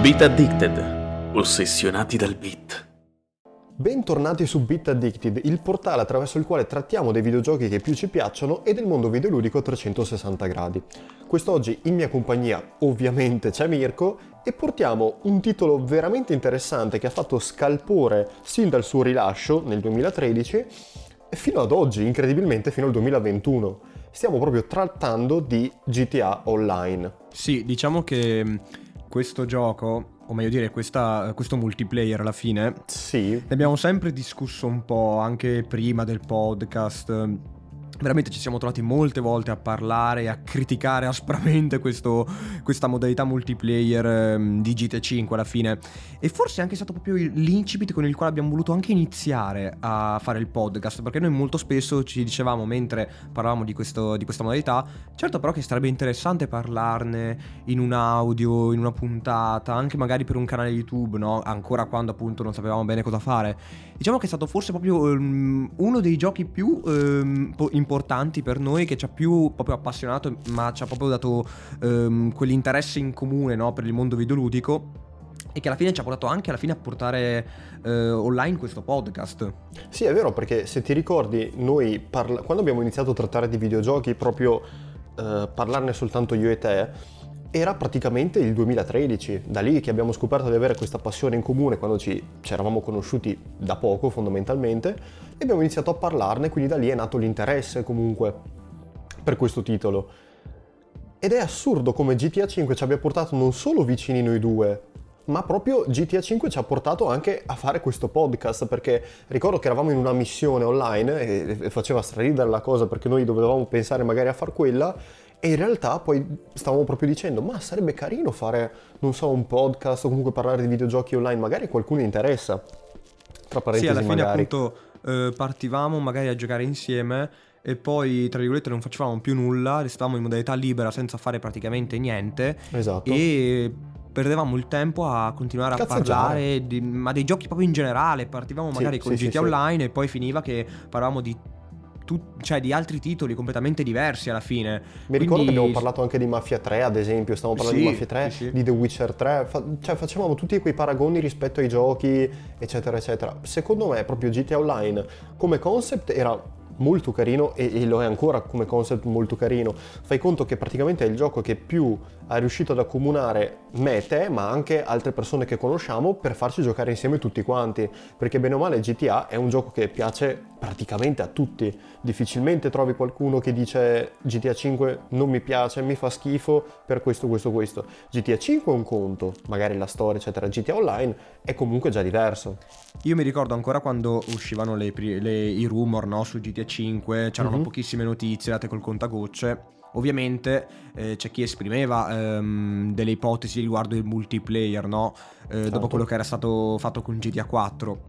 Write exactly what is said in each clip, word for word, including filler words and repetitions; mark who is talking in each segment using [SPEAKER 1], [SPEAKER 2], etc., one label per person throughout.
[SPEAKER 1] Beat Addicted, ossessionati dal beat.
[SPEAKER 2] Bentornati su Beat Addicted, il portale attraverso il quale trattiamo dei videogiochi che più ci piacciono e del mondo videoludico a trecentosessanta gradi. Quest'oggi in mia compagnia ovviamente c'è Mirko e portiamo un titolo veramente interessante che ha fatto scalpore sin dal suo rilascio nel duemilatredici fino ad oggi, incredibilmente fino al duemilaventuno. Stiamo proprio trattando di G T A Online.
[SPEAKER 3] Sì, diciamo che questo gioco, o meglio dire questa, questo multiplayer alla fine,
[SPEAKER 2] sì,
[SPEAKER 3] ne abbiamo sempre discusso un po' anche prima del podcast. Veramente ci siamo trovati molte volte a parlare e a criticare aspramente questo, questa modalità multiplayer ehm, di G T A cinque alla fine. E forse è anche stato proprio l'incipit con il quale abbiamo voluto anche iniziare a fare il podcast, perché noi molto spesso ci dicevamo mentre parlavamo di, questo, di questa modalità, certo però che sarebbe interessante parlarne in un audio, in una puntata, anche magari per un canale YouTube, no? Ancora quando appunto non sapevamo bene cosa fare. Diciamo che è stato forse proprio um, uno dei giochi più um, importanti per noi, che ci ha più proprio appassionato, ma ci ha proprio dato um, quell'interesse in comune, no? Per il mondo videoludico, e che alla fine ci ha portato anche alla fine a portare uh, online questo podcast.
[SPEAKER 2] Sì, è vero, perché se ti ricordi, noi parla- quando abbiamo iniziato a trattare di videogiochi, proprio uh, parlarne soltanto io e te, era praticamente il duemilatredici, da lì che abbiamo scoperto di avere questa passione in comune quando ci, ci eravamo conosciuti da poco fondamentalmente, e abbiamo iniziato a parlarne, quindi da lì è nato l'interesse comunque per questo titolo. Ed è assurdo come G T A cinque ci abbia portato non solo vicini noi due, ma proprio G T A cinque ci ha portato anche a fare questo podcast, perché ricordo che eravamo in una missione online e, e faceva straridere la cosa, perché noi dovevamo pensare magari a far quella, e in realtà poi stavamo proprio dicendo, ma sarebbe carino fare, non so, un podcast o comunque parlare di videogiochi online, magari qualcuno interessa. Tra parentesi,
[SPEAKER 3] sì, alla fine
[SPEAKER 2] magari.
[SPEAKER 3] appunto eh, partivamo magari a giocare insieme e poi tra virgolette non facevamo più nulla, restavamo in modalità libera senza fare praticamente niente.
[SPEAKER 2] Esatto.
[SPEAKER 3] E perdevamo il tempo a continuare a
[SPEAKER 2] Cazzeggiare.
[SPEAKER 3] parlare di, ma dei giochi proprio in generale. Partivamo magari
[SPEAKER 2] Sì,
[SPEAKER 3] con
[SPEAKER 2] sì,
[SPEAKER 3] G T A
[SPEAKER 2] sì,
[SPEAKER 3] Online sì. E poi finiva che parlavamo di tut- cioè di altri titoli completamente diversi alla fine.
[SPEAKER 2] Mi ricordo
[SPEAKER 3] Quindi
[SPEAKER 2] che abbiamo parlato anche di Mafia tre, ad esempio, stavamo parlando
[SPEAKER 3] sì,
[SPEAKER 2] di Mafia tre,
[SPEAKER 3] sì, sì.
[SPEAKER 2] di The Witcher tre, fa- cioè facevamo tutti quei paragoni rispetto ai giochi, eccetera, eccetera. Secondo me proprio G T A Online come concept era molto carino e, e lo è ancora come concept molto carino. Fai conto che praticamente è il gioco che più ha riuscito ad accomunare me e te, ma anche altre persone che conosciamo, per farci giocare insieme tutti quanti, perché bene o male G T A è un gioco che piace praticamente a tutti. Difficilmente trovi qualcuno che dice G T A cinque non mi piace, mi fa schifo per questo, questo, questo. G T A cinque è un conto, magari la storia eccetera. G T A Online è comunque già diverso.
[SPEAKER 3] Io mi ricordo ancora quando uscivano le, le, i rumor, no, su G T A cinque, c'erano mm-hmm. pochissime notizie date col contagocce. Ovviamente eh, c'è chi esprimeva ehm, delle ipotesi riguardo il multiplayer, no? Eh, certo. Dopo quello che era stato fatto con G T A quattro.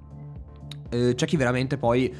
[SPEAKER 3] Eh, c'è chi veramente poi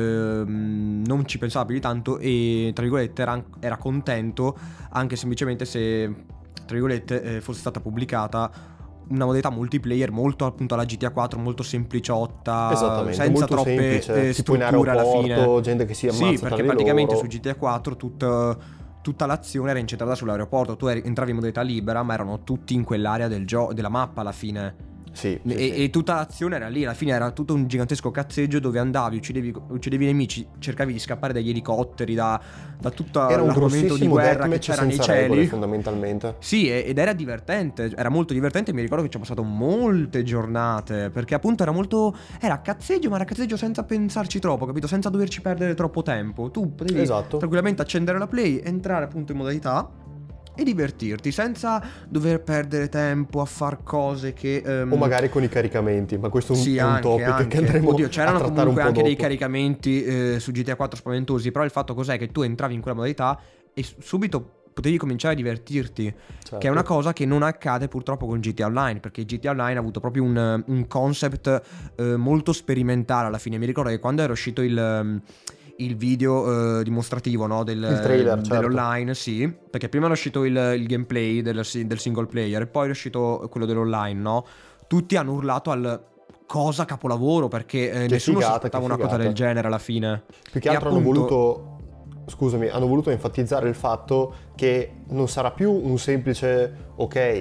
[SPEAKER 3] ehm, non ci pensava più di tanto e tra virgolette era, era contento anche semplicemente se tra virgolette eh, fosse stata pubblicata una modalità multiplayer molto appunto alla G T A quattro, molto sempliciotta, senza
[SPEAKER 2] molto
[SPEAKER 3] troppe
[SPEAKER 2] semplice,
[SPEAKER 3] eh,
[SPEAKER 2] tipo in
[SPEAKER 3] strutture alla fine.
[SPEAKER 2] gente che si ammazza.
[SPEAKER 3] Sì, perché praticamente loro. Su G T A quattro tutta, tutta l'azione era incentrata sull'aeroporto. Tu eri, entravi in modalità libera, ma erano tutti in quell'area del gio- della mappa alla fine.
[SPEAKER 2] Sì, sì,
[SPEAKER 3] e,
[SPEAKER 2] sì.
[SPEAKER 3] e tutta l'azione era lì, alla fine era tutto un gigantesco cazzeggio dove andavi, uccidevi, uccidevi i nemici, cercavi di scappare dagli elicotteri, da, da tutto l'armamento di guerra che c'era nei cieli,
[SPEAKER 2] regole, fondamentalmente.
[SPEAKER 3] Sì, ed era divertente, era molto divertente. Mi ricordo che ci ho passato molte giornate, perché appunto era molto, era cazzeggio, ma era cazzeggio senza pensarci troppo, capito? Senza doverci perdere troppo tempo. Tu potevi
[SPEAKER 2] esatto.
[SPEAKER 3] tranquillamente accendere la play, entrare appunto in modalità e divertirti senza dover perdere tempo a far cose che um...
[SPEAKER 2] o magari con i caricamenti, ma questo
[SPEAKER 3] sì,
[SPEAKER 2] è un
[SPEAKER 3] anche,
[SPEAKER 2] topic
[SPEAKER 3] anche.
[SPEAKER 2] che andremo
[SPEAKER 3] Oddio,
[SPEAKER 2] a
[SPEAKER 3] c'erano
[SPEAKER 2] trattare
[SPEAKER 3] comunque
[SPEAKER 2] un po'
[SPEAKER 3] anche
[SPEAKER 2] dopo.
[SPEAKER 3] dei caricamenti eh, su G T A quattro spaventosi, però il fatto cos'è che tu entravi in quella modalità e subito potevi cominciare a divertirti, certo. Che è una cosa che non accade purtroppo con G T A Online, perché G T A Online ha avuto proprio un, un concept eh, molto sperimentale alla fine. Mi ricordo che quando era uscito il il video eh, dimostrativo, no, del,
[SPEAKER 2] il trailer, certo.
[SPEAKER 3] dell'online, sì, perché prima era uscito il, il gameplay del, del single player e poi è uscito quello dell'online, no? Tutti hanno urlato al cosa capolavoro, perché eh, nessuno
[SPEAKER 2] figata,
[SPEAKER 3] si aspettava una cosa del genere alla fine.
[SPEAKER 2] Più che
[SPEAKER 3] e
[SPEAKER 2] altro
[SPEAKER 3] appunto...
[SPEAKER 2] hanno voluto scusami, hanno voluto enfatizzare il fatto che non sarà più un semplice ok,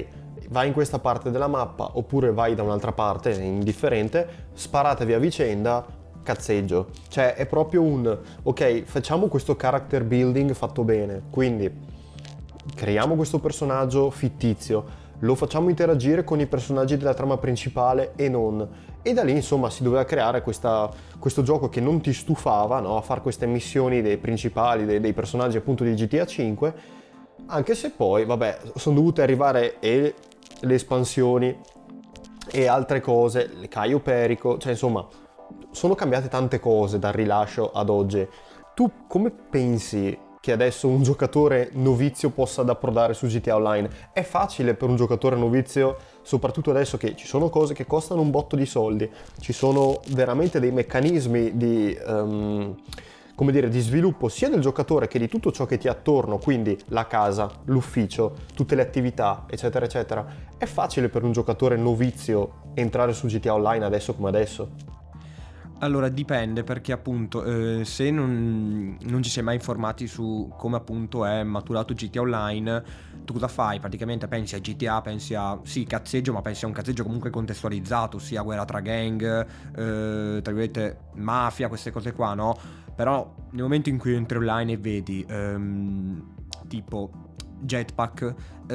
[SPEAKER 2] vai in questa parte della mappa oppure vai da un'altra parte, è indifferente, sparatevi a vicenda, cazzeggio. Cioè è proprio un, ok, facciamo questo character building fatto bene, quindi creiamo questo personaggio fittizio, lo facciamo interagire con i personaggi della trama principale e non. E da lì insomma si doveva creare questa, questo gioco che non ti stufava, no? A fare queste missioni dei principali, dei, dei personaggi appunto di G T A cinque, anche se poi, vabbè, sono dovute arrivare e le espansioni e altre cose, le Caio Perico, cioè insomma, sono cambiate tante cose dal rilascio ad oggi. Tu come pensi che adesso un giocatore novizio possa ad approdare su G T A Online? È facile per un giocatore novizio, soprattutto adesso che ci sono cose che costano un botto di soldi, ci sono veramente dei meccanismi di... Um, come dire, di sviluppo sia del giocatore che di tutto ciò che ti è attorno, quindi la casa, l'ufficio, tutte le attività, eccetera, eccetera. È facile per un giocatore novizio entrare su G T A Online adesso come adesso?
[SPEAKER 3] Allora dipende, perché appunto eh, se non, non ci sei mai informati su come appunto è maturato G T A Online, tu cosa fai? Praticamente pensi a G T A, pensi a sì cazzeggio, ma pensi a un cazzeggio comunque contestualizzato, sia guerra tra gang, eh, tra virgolette mafia, queste cose qua, no? Però nel momento in cui entri online e vedi ehm, tipo jetpack,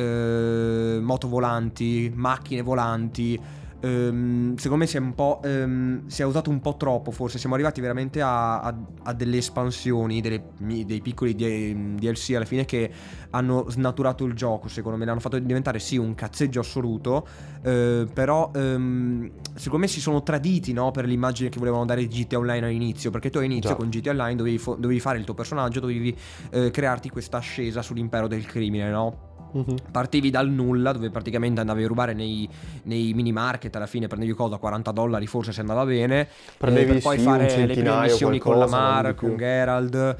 [SPEAKER 3] eh, moto volanti, macchine volanti, ehm, secondo me si è un po' ehm, si è usato un po' troppo, forse siamo arrivati veramente a, a, a delle espansioni, delle, dei piccoli D L C alla fine che hanno snaturato il gioco, secondo me l'hanno fatto diventare sì un cazzeggio assoluto, eh, però ehm, secondo me si sono traditi, no, per l'immagine che volevano dare G T A Online all'inizio, perché tu all'inizio
[SPEAKER 2] Già.
[SPEAKER 3] con G T A Online dovevi, fo- dovevi fare il tuo personaggio, dovevi eh, crearti questa ascesa sull'impero del crimine, no?
[SPEAKER 2] Mm-hmm.
[SPEAKER 3] Partivi dal nulla, dove praticamente andavi a rubare nei, nei mini market, alla fine prendevi cosa, quaranta dollari forse se andava bene,
[SPEAKER 2] Prendevi
[SPEAKER 3] eh, per poi
[SPEAKER 2] sì,
[SPEAKER 3] fare
[SPEAKER 2] un
[SPEAKER 3] le prime
[SPEAKER 2] centinaio,
[SPEAKER 3] missioni con
[SPEAKER 2] qualcosa, non
[SPEAKER 3] Lamar,
[SPEAKER 2] di più.
[SPEAKER 3] con Geralt,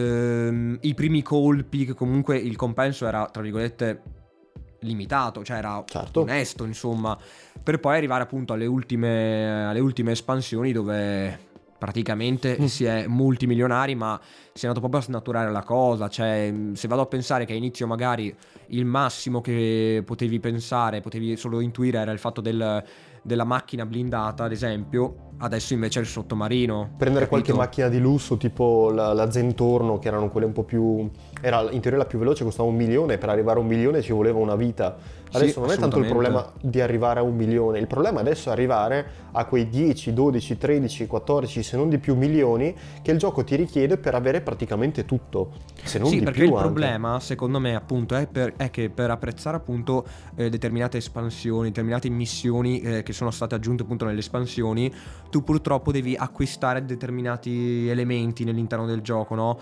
[SPEAKER 3] ehm, i primi colpi, che comunque il compenso era tra virgolette limitato, cioè era
[SPEAKER 2] Certo.
[SPEAKER 3] onesto insomma, per poi arrivare appunto alle ultime, alle ultime espansioni dove praticamente
[SPEAKER 2] Mm.
[SPEAKER 3] si è multimilionari, ma si è andato proprio a snaturare la cosa. Cioè se vado a pensare che a inizio magari il massimo che potevi pensare, potevi solo intuire era il fatto del, della macchina blindata ad esempio, adesso invece è il sottomarino,
[SPEAKER 2] Prendere
[SPEAKER 3] capito?
[SPEAKER 2] qualche macchina di lusso tipo la, la Zentorno, che erano quelle un po' più... era in teoria la più veloce, costava un milione, per arrivare a un milione ci voleva una vita. Adesso
[SPEAKER 3] Sì,
[SPEAKER 2] non è tanto il
[SPEAKER 3] assolutamente.
[SPEAKER 2] problema di arrivare a un milione, il problema adesso è arrivare a quei dieci, dodici, tredici, quattordici, se non di più milioni che il gioco ti richiede per avere praticamente tutto, se non
[SPEAKER 3] Sì,
[SPEAKER 2] di
[SPEAKER 3] perché
[SPEAKER 2] più
[SPEAKER 3] il
[SPEAKER 2] anche.
[SPEAKER 3] problema, secondo me, appunto, è, per- è che per apprezzare appunto eh, determinate espansioni, determinate missioni eh, che sono state aggiunte appunto nelle espansioni, tu purtroppo devi acquistare determinati elementi all'interno del gioco, no?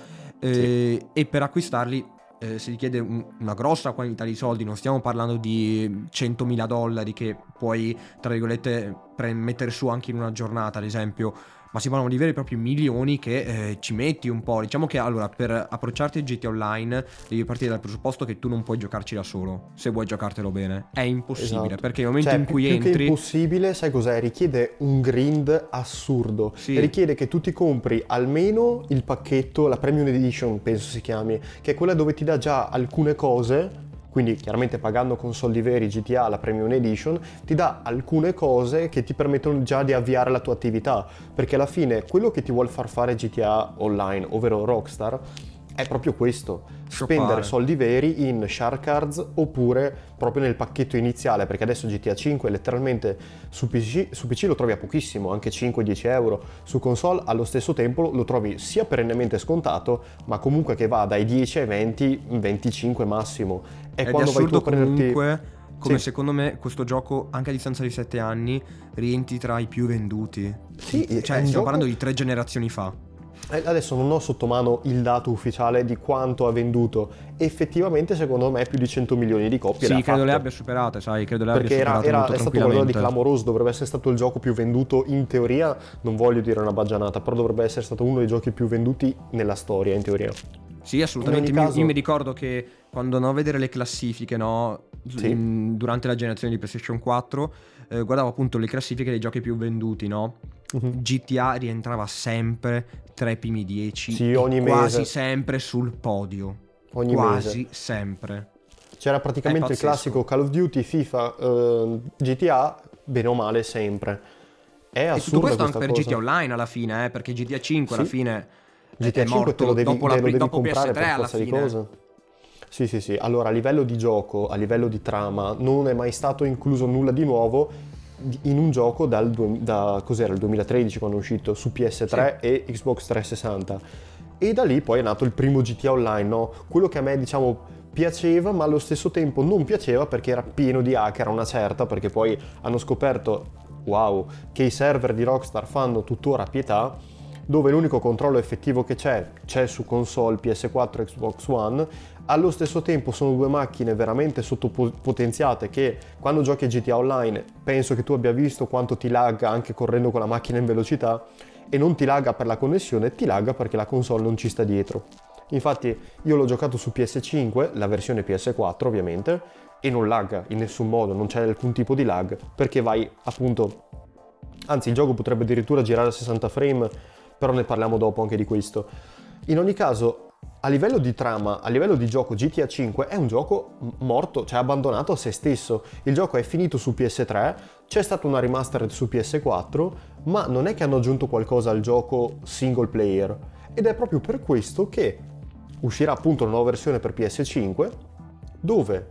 [SPEAKER 3] Eh, E per acquistarli eh, si richiede un- una grossa quantità di soldi, non stiamo parlando di centomila dollari che puoi, tra virgolette, pre- mettere su anche in una giornata, ad esempio. Ma si parlano di veri e propri milioni che eh, ci metti un po'. Diciamo che allora per approcciarti a G T A Online devi partire dal presupposto che tu non puoi giocarci da solo, se vuoi giocartelo bene. È impossibile,
[SPEAKER 2] Esatto.
[SPEAKER 3] perché nel momento
[SPEAKER 2] Cioè,
[SPEAKER 3] in
[SPEAKER 2] più-
[SPEAKER 3] cui
[SPEAKER 2] più
[SPEAKER 3] entri
[SPEAKER 2] che impossibile, sai cos'è? Richiede un grind assurdo.
[SPEAKER 3] Sì.
[SPEAKER 2] Richiede che tu ti compri almeno il pacchetto, la Premium Edition penso si chiami, che è quella dove ti dà già alcune cose, quindi chiaramente pagando con soldi veri G T A la Premium Edition, ti dà alcune cose che ti permettono già di avviare la tua attività, perché alla fine quello che ti vuol far fare G T A Online, ovvero Rockstar, è proprio questo,
[SPEAKER 3] Shoppare.
[SPEAKER 2] spendere soldi veri in Shark Cards oppure proprio nel pacchetto iniziale, perché adesso G T A cinque letteralmente su P C, su P C lo trovi a pochissimo, anche cinque dieci euro, su console allo stesso tempo lo trovi sia perennemente scontato, ma comunque che va dai dieci ai venti, venticinque massimo. E
[SPEAKER 3] Ed è
[SPEAKER 2] quando vai tu
[SPEAKER 3] assurdo
[SPEAKER 2] a prenderti...
[SPEAKER 3] comunque come
[SPEAKER 2] Sì.
[SPEAKER 3] secondo me questo gioco, anche a distanza di sette anni, rientri tra i più venduti.
[SPEAKER 2] Sì, è
[SPEAKER 3] Cioè
[SPEAKER 2] un
[SPEAKER 3] stiamo
[SPEAKER 2] gioco-
[SPEAKER 3] parlando di tre generazioni fa.
[SPEAKER 2] Eh, Adesso non ho sotto mano il dato ufficiale di quanto ha venduto. Effettivamente, secondo me, più di cento milioni di copie
[SPEAKER 3] Sì,
[SPEAKER 2] le ha
[SPEAKER 3] credo le
[SPEAKER 2] fatte.
[SPEAKER 3] abbia superate, sai, credo le
[SPEAKER 2] Perché
[SPEAKER 3] abbia
[SPEAKER 2] era,
[SPEAKER 3] superate
[SPEAKER 2] era-
[SPEAKER 3] molto
[SPEAKER 2] è stato qualcosa di
[SPEAKER 3] tranquillamente.
[SPEAKER 2] clamoroso, dovrebbe essere stato il gioco più venduto in teoria, non voglio dire una baggianata, però dovrebbe essere stato uno dei giochi più venduti nella storia, in teoria.
[SPEAKER 3] Sì, assolutamente.
[SPEAKER 2] In ogni
[SPEAKER 3] Mi-
[SPEAKER 2] caso-
[SPEAKER 3] Io mi ricordo che quando andavo a vedere le classifiche, no,
[SPEAKER 2] Sì.
[SPEAKER 3] in- durante la generazione di PlayStation quattro, eh, guardavo appunto le classifiche dei giochi più venduti, no?
[SPEAKER 2] Mhm.
[SPEAKER 3] G T A rientrava sempre tra i primi dieci,
[SPEAKER 2] Sì,
[SPEAKER 3] e
[SPEAKER 2] ogni
[SPEAKER 3] quasi
[SPEAKER 2] mese.
[SPEAKER 3] sempre sul podio.
[SPEAKER 2] Ogni
[SPEAKER 3] quasi
[SPEAKER 2] mese.
[SPEAKER 3] sempre.
[SPEAKER 2] C'era praticamente il classico Call of Duty, FIFA, eh, G T A, bene o male sempre. È assurdo.
[SPEAKER 3] E tutto questo anche per
[SPEAKER 2] cosa.
[SPEAKER 3] G T A Online alla fine, eh, perché G T A cinque
[SPEAKER 2] sì.
[SPEAKER 3] alla fine
[SPEAKER 2] G T A
[SPEAKER 3] è
[SPEAKER 2] cinque
[SPEAKER 3] morto
[SPEAKER 2] te lo devi,
[SPEAKER 3] dopo, la,
[SPEAKER 2] te lo devi
[SPEAKER 3] dopo
[SPEAKER 2] comprare
[SPEAKER 3] P S tre
[SPEAKER 2] per
[SPEAKER 3] alla
[SPEAKER 2] forza
[SPEAKER 3] fine.
[SPEAKER 2] di cose. Sì, sì, sì. Allora, a livello di gioco, a livello di trama, non è mai stato incluso nulla di nuovo in un gioco dal da, cos'era, il duemilatredici quando è uscito su P S tre sì. e Xbox trecentosessanta. E da lì poi è nato il primo G T A Online, no? Quello che a me, diciamo, piaceva, ma allo stesso tempo non piaceva perché era pieno di hacker a una certa, perché poi hanno scoperto, wow, che i server di Rockstar fanno tuttora pietà, dove l'unico controllo effettivo che c'è, c'è su console P S quattro e Xbox One. Allo stesso tempo sono due macchine veramente sottopotenziate che quando giochi a G T A Online penso che tu abbia visto quanto ti lagga anche correndo con la macchina in velocità, e non ti lagga per la connessione, ti lagga perché la console non ci sta dietro. Infatti io l'ho giocato su P S cinque, la versione P S quattro ovviamente, e non lagga in nessun modo, non c'è alcun tipo di lag, perché vai appunto, anzi il gioco potrebbe addirittura girare a sessanta frame, però ne parliamo dopo anche di questo. In ogni caso, a livello di trama, a livello di gioco, G T A cinque è un gioco morto, cioè abbandonato a se stesso. Il gioco è finito su P S tre, c'è stata una remastered su P S quattro, ma non è che hanno aggiunto qualcosa al gioco single player. Ed è proprio per questo che uscirà appunto una nuova versione per P S cinque, dove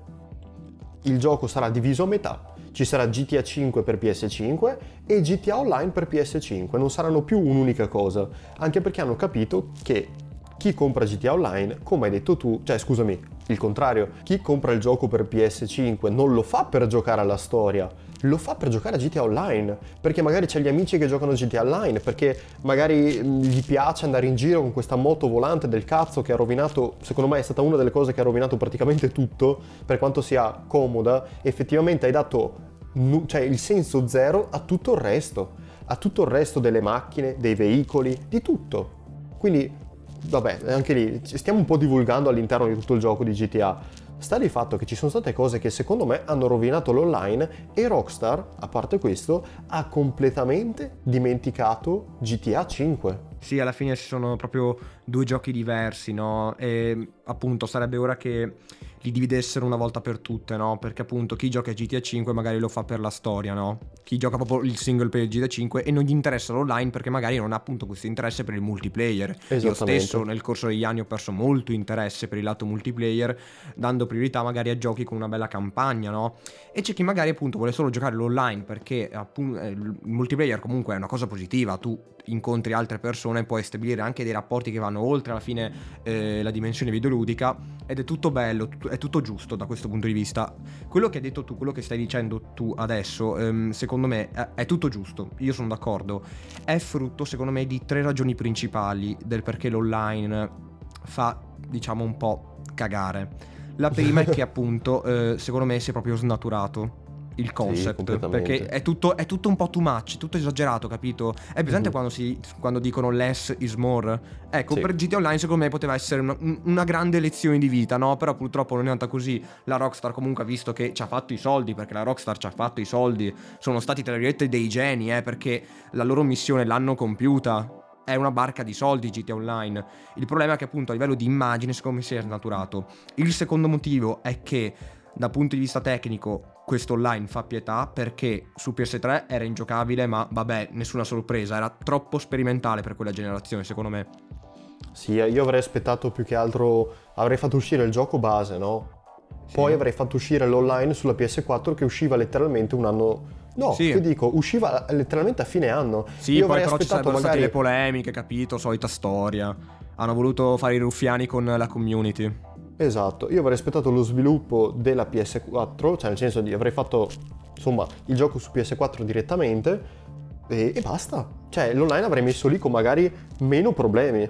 [SPEAKER 2] il gioco sarà diviso a metà. Ci sarà G T A cinque per P S cinque e G T A Online per P S cinque, non saranno più un'unica cosa, anche perché hanno capito che chi compra G T A Online, come hai detto tu, cioè scusami, il contrario, chi compra il gioco per P S cinque non lo fa per giocare alla storia, lo fa per giocare a G T A Online, perché magari c'è gli amici che giocano a G T A Online, perché magari gli piace andare in giro con questa moto volante del cazzo che ha rovinato, secondo me è stata una delle cose che ha rovinato praticamente tutto, per quanto sia comoda, effettivamente hai dato cioè il senso zero a tutto il resto, a tutto il resto delle macchine, dei veicoli, di tutto. Quindi vabbè, anche lì stiamo un po' divulgando all'interno di tutto il gioco di G T A. Sta di fatto che ci sono state cose che secondo me hanno rovinato l'online, e Rockstar, a parte questo, ha completamente dimenticato G T A cinque.
[SPEAKER 3] Sì, alla fine ci sono proprio due giochi diversi, no? E appunto sarebbe ora che li dividessero una volta per tutte, no? Perché appunto chi gioca a G T A cinque magari lo fa per la storia, no? Chi gioca proprio il single player G T A cinque e non gli interessa l'online perché magari non ha appunto questo interesse per il multiplayer. Io stesso nel corso degli anni ho perso molto interesse per il lato multiplayer, dando priorità magari a giochi con una bella campagna, no? E c'è chi magari appunto vuole solo giocare l'online perché appunto il multiplayer comunque è una cosa positiva, tu incontri altre persone, puoi stabilire anche dei rapporti che vanno oltre alla fine eh, la dimensione videoludica, ed è tutto bello, tutto, è tutto giusto da questo punto di vista. Quello che hai detto tu, quello che stai dicendo tu adesso, ehm, secondo me è, è tutto giusto, io sono d'accordo, è frutto secondo me di tre ragioni principali del perché l'online fa, diciamo, un po' cagare. La prima è che appunto eh, secondo me si è proprio snaturato il concept, sì, perché è tutto, è tutto un po' too much, tutto esagerato, capito? È presente mm-hmm. quando, si, quando dicono less is more? Ecco, sì. Per G T A Online secondo me poteva essere una, una grande lezione di vita, no? Però purtroppo non è andata così. La Rockstar comunque ha visto che ci ha fatto i soldi, perché la Rockstar ci ha fatto i soldi, sono stati tra virgolette dei geni, eh, perché la loro missione l'hanno compiuta. È una barca di soldi G T A Online. Il problema è che appunto a livello di immagine secondo me si è snaturato. Il secondo motivo è che da punto di vista tecnico questo online fa pietà, perché su P S tre era ingiocabile, ma vabbè, nessuna sorpresa, era troppo sperimentale per quella generazione secondo me.
[SPEAKER 2] Sì, io avrei aspettato più che altro, avrei fatto uscire il gioco base, no? Sì. Poi avrei fatto uscire l'online sulla P S quattro che usciva letteralmente un anno. No, sì. Che dico, usciva letteralmente a fine anno.
[SPEAKER 3] Sì, io poi però ci sarebbero magari... state le polemiche, capito? Solita storia. Hanno voluto fare i ruffiani con la community.
[SPEAKER 2] Esatto, io avrei aspettato lo sviluppo della P S quattro, cioè nel senso di avrei fatto, insomma, il gioco su P S quattro direttamente e, e basta. Cioè l'online avrei messo lì con magari meno problemi.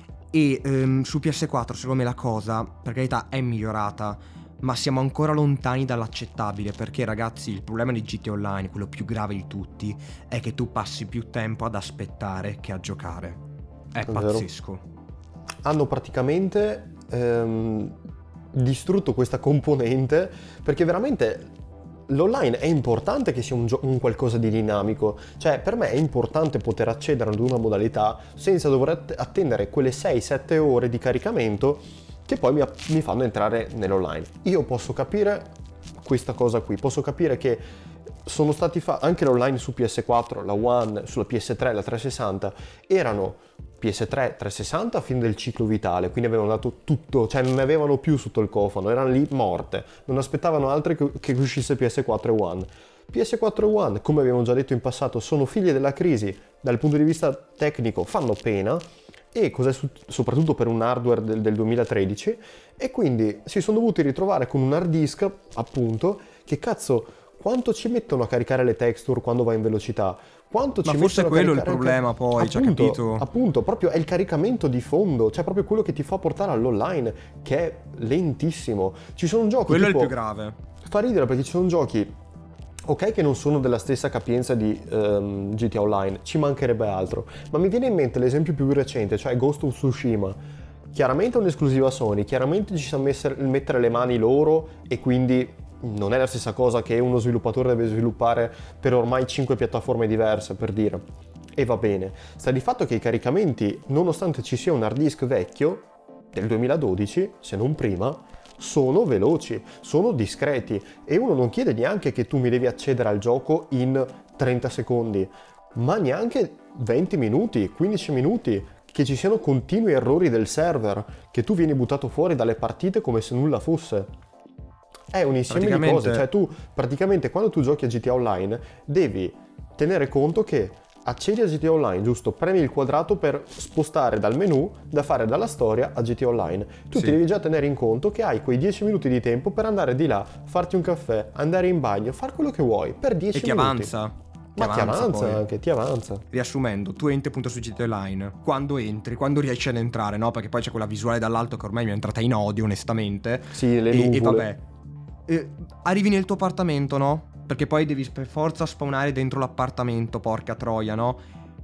[SPEAKER 3] E um, su P S quattro secondo me la cosa, per carità, è migliorata, ma siamo ancora lontani dall'accettabile, perché ragazzi il problema di G T A Online, quello più grave di tutti, è che tu passi più tempo ad aspettare che a giocare. È, è pazzesco.
[SPEAKER 2] Vero. Hanno praticamente ehm, distrutto questa componente, perché veramente l'online è importante che sia un, gio- un qualcosa di dinamico, cioè per me è importante poter accedere ad una modalità senza dover att- attendere quelle sei sette ore di caricamento che poi mi, mi fanno entrare nell'online. Io posso capire questa cosa qui, posso capire che sono stati fatti anche l'online su P S quattro, la One, sulla P S tre, la trecentosessanta, erano P S tre, trecentosessanta a fine del ciclo vitale, quindi avevano dato tutto, cioè non ne avevano più sotto il cofano, erano lì morte, non aspettavano altro che, che uscisse P S quattro e One. P S quattro e One, come abbiamo già detto in passato, sono figlie della crisi, dal punto di vista tecnico fanno pena, e cos'è su- soprattutto per un hardware del, del duemilatredici, e quindi si sono dovuti ritrovare con un hard disk, appunto, che cazzo, quanto ci mettono a caricare le texture quando va in velocità? Quanto
[SPEAKER 3] Ma
[SPEAKER 2] ci
[SPEAKER 3] forse
[SPEAKER 2] mettono a
[SPEAKER 3] quello è il
[SPEAKER 2] caricare
[SPEAKER 3] problema,
[SPEAKER 2] anche...
[SPEAKER 3] poi, cioè,
[SPEAKER 2] appunto,
[SPEAKER 3] capito?
[SPEAKER 2] Appunto, proprio è il caricamento di fondo, cioè proprio quello che ti fa portare all'online, che è lentissimo. Ci sono giochi
[SPEAKER 3] Quello
[SPEAKER 2] tipo...
[SPEAKER 3] è il più grave.
[SPEAKER 2] Fa ridere perché ci sono giochi, ok, che non sono della stessa capienza di um, G T A Online, ci mancherebbe altro, ma mi viene in mente l'esempio più recente, cioè Ghost of Tsushima. Chiaramente è un'esclusiva Sony, chiaramente ci sa mettere le mani loro, e quindi non è la stessa cosa che uno sviluppatore deve sviluppare per ormai cinque piattaforme diverse, per dire. E va bene. Sta di fatto che i caricamenti, nonostante ci sia un hard disk vecchio, del duemiladodici, se non prima, sono veloci, sono discreti, e uno non chiede neanche che tu mi devi accedere al gioco in trenta secondi, ma neanche venti minuti, quindici minuti, che ci siano continui errori del server, che tu vieni buttato fuori dalle partite come se nulla fosse. È un insieme di
[SPEAKER 3] Praticamente-
[SPEAKER 2] cose, cioè tu praticamente quando tu giochi a G T A Online devi tenere conto che accedi a G T A Online, giusto? Premi il quadrato per spostare dal menu da fare dalla storia a G T A Online. Tu
[SPEAKER 3] Sì.
[SPEAKER 2] ti devi già tenere in conto che hai quei dieci minuti di tempo per andare di là, farti un caffè, andare in bagno, far quello che vuoi per dieci
[SPEAKER 3] E ti
[SPEAKER 2] minuti.
[SPEAKER 3] avanza.
[SPEAKER 2] Ma ti avanza
[SPEAKER 3] poi.
[SPEAKER 2] anche, ti avanza.
[SPEAKER 3] Riassumendo, tu entri appunto su G T A Online. Quando entri, quando riesci ad entrare, no? Perché poi c'è quella visuale dall'alto che ormai mi è entrata in odio, onestamente.
[SPEAKER 2] Sì, le
[SPEAKER 3] E,
[SPEAKER 2] nuvole.
[SPEAKER 3] e vabbè. Eh, arrivi nel tuo appartamento, no? Perché poi devi per forza spawnare dentro l'appartamento, porca troia, no?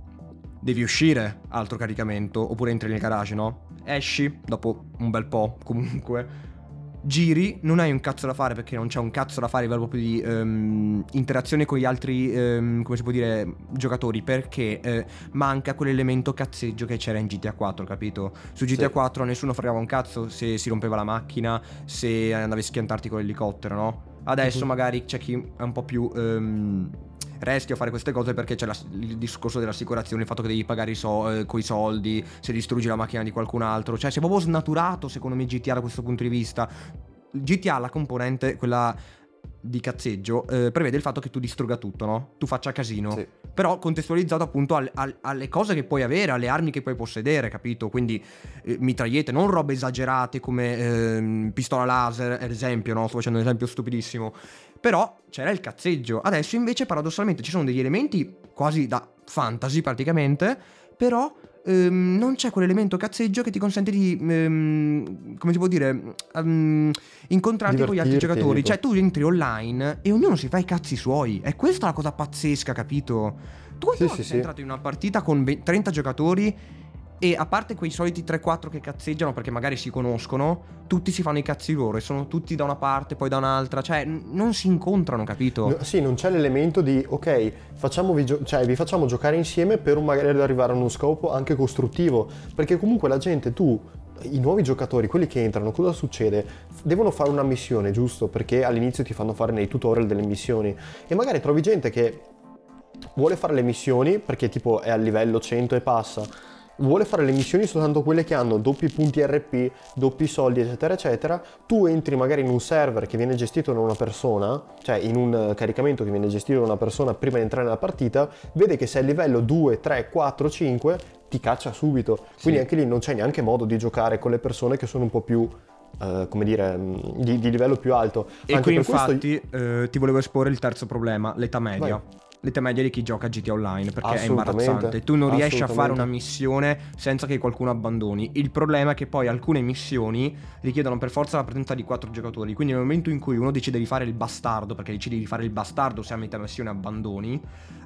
[SPEAKER 3] Devi uscire, altro caricamento, oppure entri nel garage, no? Esci, dopo un bel po', comunque. Giri, non hai un cazzo da fare perché non c'è un cazzo da fare a livello proprio di ehm, interazione con gli altri, ehm, come si può dire, giocatori, perché eh, manca quell'elemento cazzeggio che c'era in G T A quattro, capito? Su G T A
[SPEAKER 2] Sì.
[SPEAKER 3] quattro nessuno fregava un cazzo se si rompeva la macchina, se andavi a schiantarti con l'elicottero, no? Adesso
[SPEAKER 2] Mhm.
[SPEAKER 3] magari c'è chi è un po' più ehm, resti a fare queste cose perché c'è la- il discorso dell'assicurazione, il fatto che devi pagare i so- eh, coi soldi se distruggi la macchina di qualcun altro. Cioè si è proprio snaturato secondo me G T A da questo punto di vista. G T A, la componente, quella di cazzeggio, eh, prevede il fatto che tu distrugga tutto, no? Tu faccia casino.
[SPEAKER 2] Sì.
[SPEAKER 3] Però contestualizzato appunto al- al- alle cose che puoi avere, alle armi che puoi possedere, capito? Quindi eh, mitragliette, non robe esagerate come ehm, pistola laser, ad esempio, no? Sto facendo un esempio stupidissimo. Però c'era il cazzeggio. Adesso invece paradossalmente ci sono degli elementi quasi da fantasy praticamente, però ehm, non c'è quell'elemento cazzeggio che ti consente di, ehm, come si può dire, ehm, incontrarti con gli altri
[SPEAKER 2] Divertirti,
[SPEAKER 3] giocatori.
[SPEAKER 2] tipo.
[SPEAKER 3] Cioè tu entri online e ognuno si fa i cazzi suoi. E questa è la cosa pazzesca, capito? Tu
[SPEAKER 2] Sì,
[SPEAKER 3] sì,
[SPEAKER 2] sì,
[SPEAKER 3] sei
[SPEAKER 2] sì.
[SPEAKER 3] entrato in una partita con ve- trenta giocatori e a parte quei soliti tre quattro che cazzeggiano perché magari si conoscono, tutti si fanno i cazzi loro e sono tutti da una parte poi da un'altra, cioè n- non si incontrano, capito?
[SPEAKER 2] No, sì, non c'è l'elemento di ok, facciamovi gio- cioè, vi facciamo giocare insieme per un magari arrivare a uno scopo anche costruttivo, perché comunque la gente, tu, i nuovi giocatori, quelli che entrano, cosa succede? Devono fare una missione, giusto? Perché all'inizio ti fanno fare nei tutorial delle missioni e magari trovi gente che vuole fare le missioni perché tipo è al livello cento e passa, vuole fare le missioni soltanto quelle che hanno doppi punti R P, doppi soldi, eccetera eccetera. Tu entri magari in un server che viene gestito da una persona, cioè in un eh, caricamento che viene gestito da una persona prima di entrare nella partita, vede che sei a livello due, tre, quattro, cinque, ti caccia subito. Quindi
[SPEAKER 3] Sì.
[SPEAKER 2] anche lì non c'è neanche modo di giocare con le persone che sono un po' più eh, come dire, mh, di, di livello più alto.
[SPEAKER 3] E
[SPEAKER 2] Anche
[SPEAKER 3] qui
[SPEAKER 2] per questo-
[SPEAKER 3] infatti eh, ti volevo esporre il terzo problema, l'età media.
[SPEAKER 2] Vai.
[SPEAKER 3] L'età media di chi gioca a G T A Online, perché è
[SPEAKER 2] Assolutamente,
[SPEAKER 3] imbarazzante. Tu non riesci a fare
[SPEAKER 2] assolutamente.
[SPEAKER 3] una missione senza che qualcuno abbandoni. Il problema è che poi alcune missioni richiedono per forza la presenza di quattro giocatori. Quindi nel momento in cui uno decide di fare il bastardo, perché decidi di fare il bastardo se a metà missione abbandoni,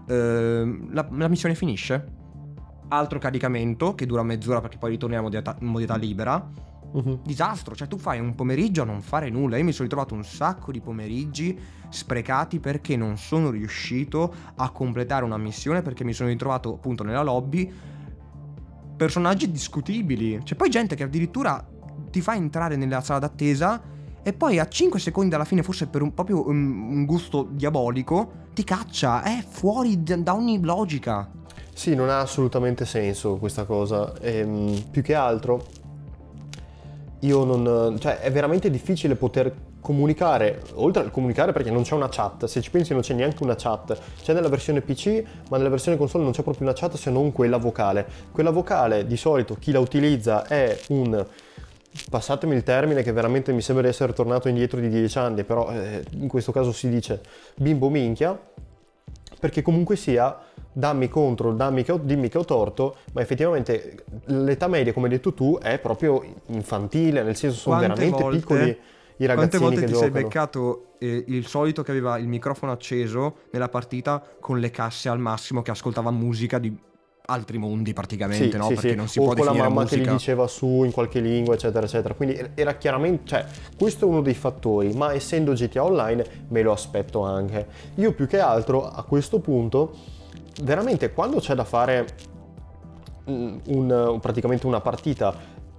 [SPEAKER 3] ehm, la, la missione finisce. Altro caricamento che dura mezz'ora perché poi ritorniamo in modalità, in modalità libera.
[SPEAKER 2] Mhm.
[SPEAKER 3] Disastro, cioè tu fai un pomeriggio a non fare nulla. Io mi sono ritrovato un sacco di pomeriggi sprecati perché non sono riuscito a completare una missione, perché mi sono ritrovato appunto nella lobby personaggi discutibili. C'è poi gente che addirittura ti ti fa entrare nella sala d'attesa e poi a cinque secondi alla fine, forse per un proprio un, un gusto diabolico, ti caccia. È fuori d- da ogni logica.
[SPEAKER 2] Sì, non ha assolutamente senso questa cosa. Ehm, più che altro io non, cioè è veramente difficile poter comunicare, oltre al comunicare perché non c'è una chat, se ci pensi non c'è neanche una chat, c'è nella versione P C, ma nella versione console non c'è proprio una chat se non quella vocale. Quella vocale di solito chi la utilizza è un, passatemi il termine che veramente mi sembra di essere tornato indietro di dieci anni, però eh, in questo caso si dice bimbo minchia, perché comunque sia dammi contro, dammi che ho, dimmi che ho torto, ma effettivamente l'età media, come hai detto tu, è proprio infantile, nel senso sono
[SPEAKER 3] Quante
[SPEAKER 2] veramente
[SPEAKER 3] volte-
[SPEAKER 2] piccoli i ragazzini
[SPEAKER 3] Quante volte
[SPEAKER 2] che
[SPEAKER 3] ti
[SPEAKER 2] giocano.
[SPEAKER 3] sei beccato eh, il solito che aveva il microfono acceso nella partita con le casse al massimo, che ascoltava musica di altri mondi praticamente,
[SPEAKER 2] Sì,
[SPEAKER 3] no?
[SPEAKER 2] sì,
[SPEAKER 3] Perché
[SPEAKER 2] sì.
[SPEAKER 3] non si
[SPEAKER 2] o
[SPEAKER 3] può
[SPEAKER 2] con la
[SPEAKER 3] definire
[SPEAKER 2] mamma che
[SPEAKER 3] musica.
[SPEAKER 2] gli diceva su in qualche lingua, eccetera, eccetera. Quindi era chiaramente, cioè, questo è uno dei fattori, ma essendo G T A Online me lo aspetto anche. Io più che altro a questo punto, veramente quando c'è da fare un, un- praticamente una partita,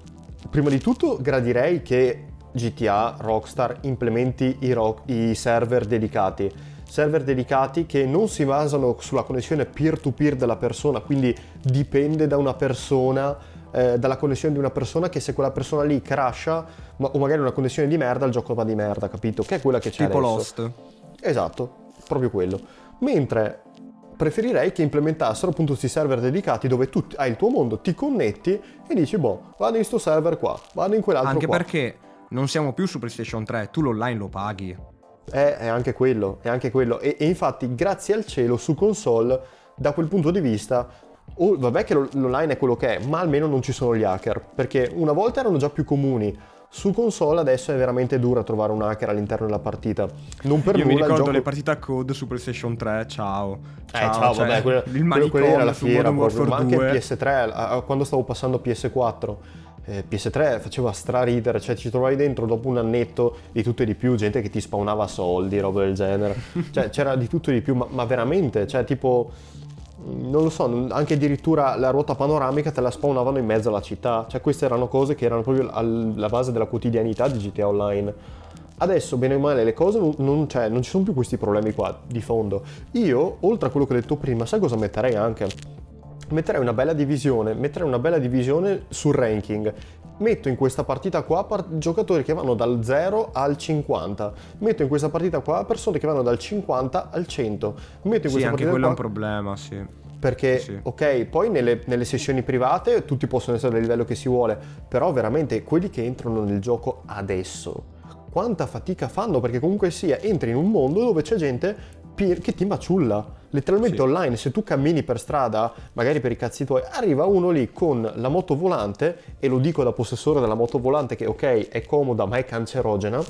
[SPEAKER 2] prima di tutto gradirei che G T A Rockstar implementi i, ro- i server dedicati. Server dedicati che non si basano sulla connessione peer-to-peer della persona, quindi dipende da una persona, eh, dalla connessione di una persona, che se quella persona lì crasha, ma, o magari una connessione di merda, il gioco va di merda, capito? Che è quella che c'è
[SPEAKER 3] Tipo
[SPEAKER 2] adesso.
[SPEAKER 3] Lost.
[SPEAKER 2] Esatto, proprio quello. Mentre preferirei che implementassero appunto questi server dedicati dove tu hai il tuo mondo, ti connetti e dici boh, vado in sto server qua, vado in quell'altro
[SPEAKER 3] Anche
[SPEAKER 2] qua.
[SPEAKER 3] perché non siamo più su PlayStation tre, tu l'online lo paghi.
[SPEAKER 2] È, è anche quello, è anche quello. E, e infatti, grazie al cielo, su console, da quel punto di vista, oh, vabbè che lo- l'online è quello che è, ma almeno non ci sono gli hacker. Perché una volta erano già più comuni. Su console adesso è veramente duro trovare un hacker all'interno della partita. Non per
[SPEAKER 3] Io
[SPEAKER 2] nulla
[SPEAKER 3] mi ricordo
[SPEAKER 2] il gioco...
[SPEAKER 3] le partite a code su PlayStation tre, ciao.
[SPEAKER 2] Eh, ciao,
[SPEAKER 3] cioè,
[SPEAKER 2] vabbè, quella,
[SPEAKER 3] il
[SPEAKER 2] quello,
[SPEAKER 3] manicomio
[SPEAKER 2] quella era la
[SPEAKER 3] su
[SPEAKER 2] fiera
[SPEAKER 3] Modern
[SPEAKER 2] proprio, ma
[SPEAKER 3] Warfare
[SPEAKER 2] anche
[SPEAKER 3] due.
[SPEAKER 2] P S tre, a- a- quando stavo passando P S quattro, eh, P S tre faceva straridere, cioè ci trovavi dentro dopo un annetto di tutto e di più, gente che ti spawnava soldi, roba del genere, cioè c'era di tutto e di più, ma, ma veramente, cioè tipo, non lo so, non- anche addirittura la ruota panoramica te la spawnavano in mezzo alla città, cioè queste erano cose che erano proprio alla base della quotidianità di G T A Online. Adesso, bene o male, le cose non, non, cioè, non ci sono più questi problemi qua di fondo. Io, oltre a quello che ho detto prima, sai cosa metterei anche? Metterei una bella divisione, metterei una bella divisione sul ranking. Metto in questa partita qua par- giocatori che vanno dal zero al cinquanta. Metto in questa partita qua persone che vanno dal cinquanta al cento. Metto in
[SPEAKER 3] Sì,
[SPEAKER 2] questa
[SPEAKER 3] anche
[SPEAKER 2] partita
[SPEAKER 3] quello è un
[SPEAKER 2] qua...
[SPEAKER 3] problema, sì.
[SPEAKER 2] Perché,
[SPEAKER 3] Sì.
[SPEAKER 2] ok, poi nelle, nelle sessioni private tutti possono essere del livello che si vuole, però veramente quelli che entrano nel gioco adesso, quanta fatica fanno, perché comunque sia, entri in un mondo dove c'è gente pi- che ti maciulla, letteralmente
[SPEAKER 3] Sì.
[SPEAKER 2] online, se tu cammini per strada, magari per i cazzi tuoi, arriva uno lì con la moto volante, e lo dico da possessore della moto volante che ok, è comoda ma è cancerogena,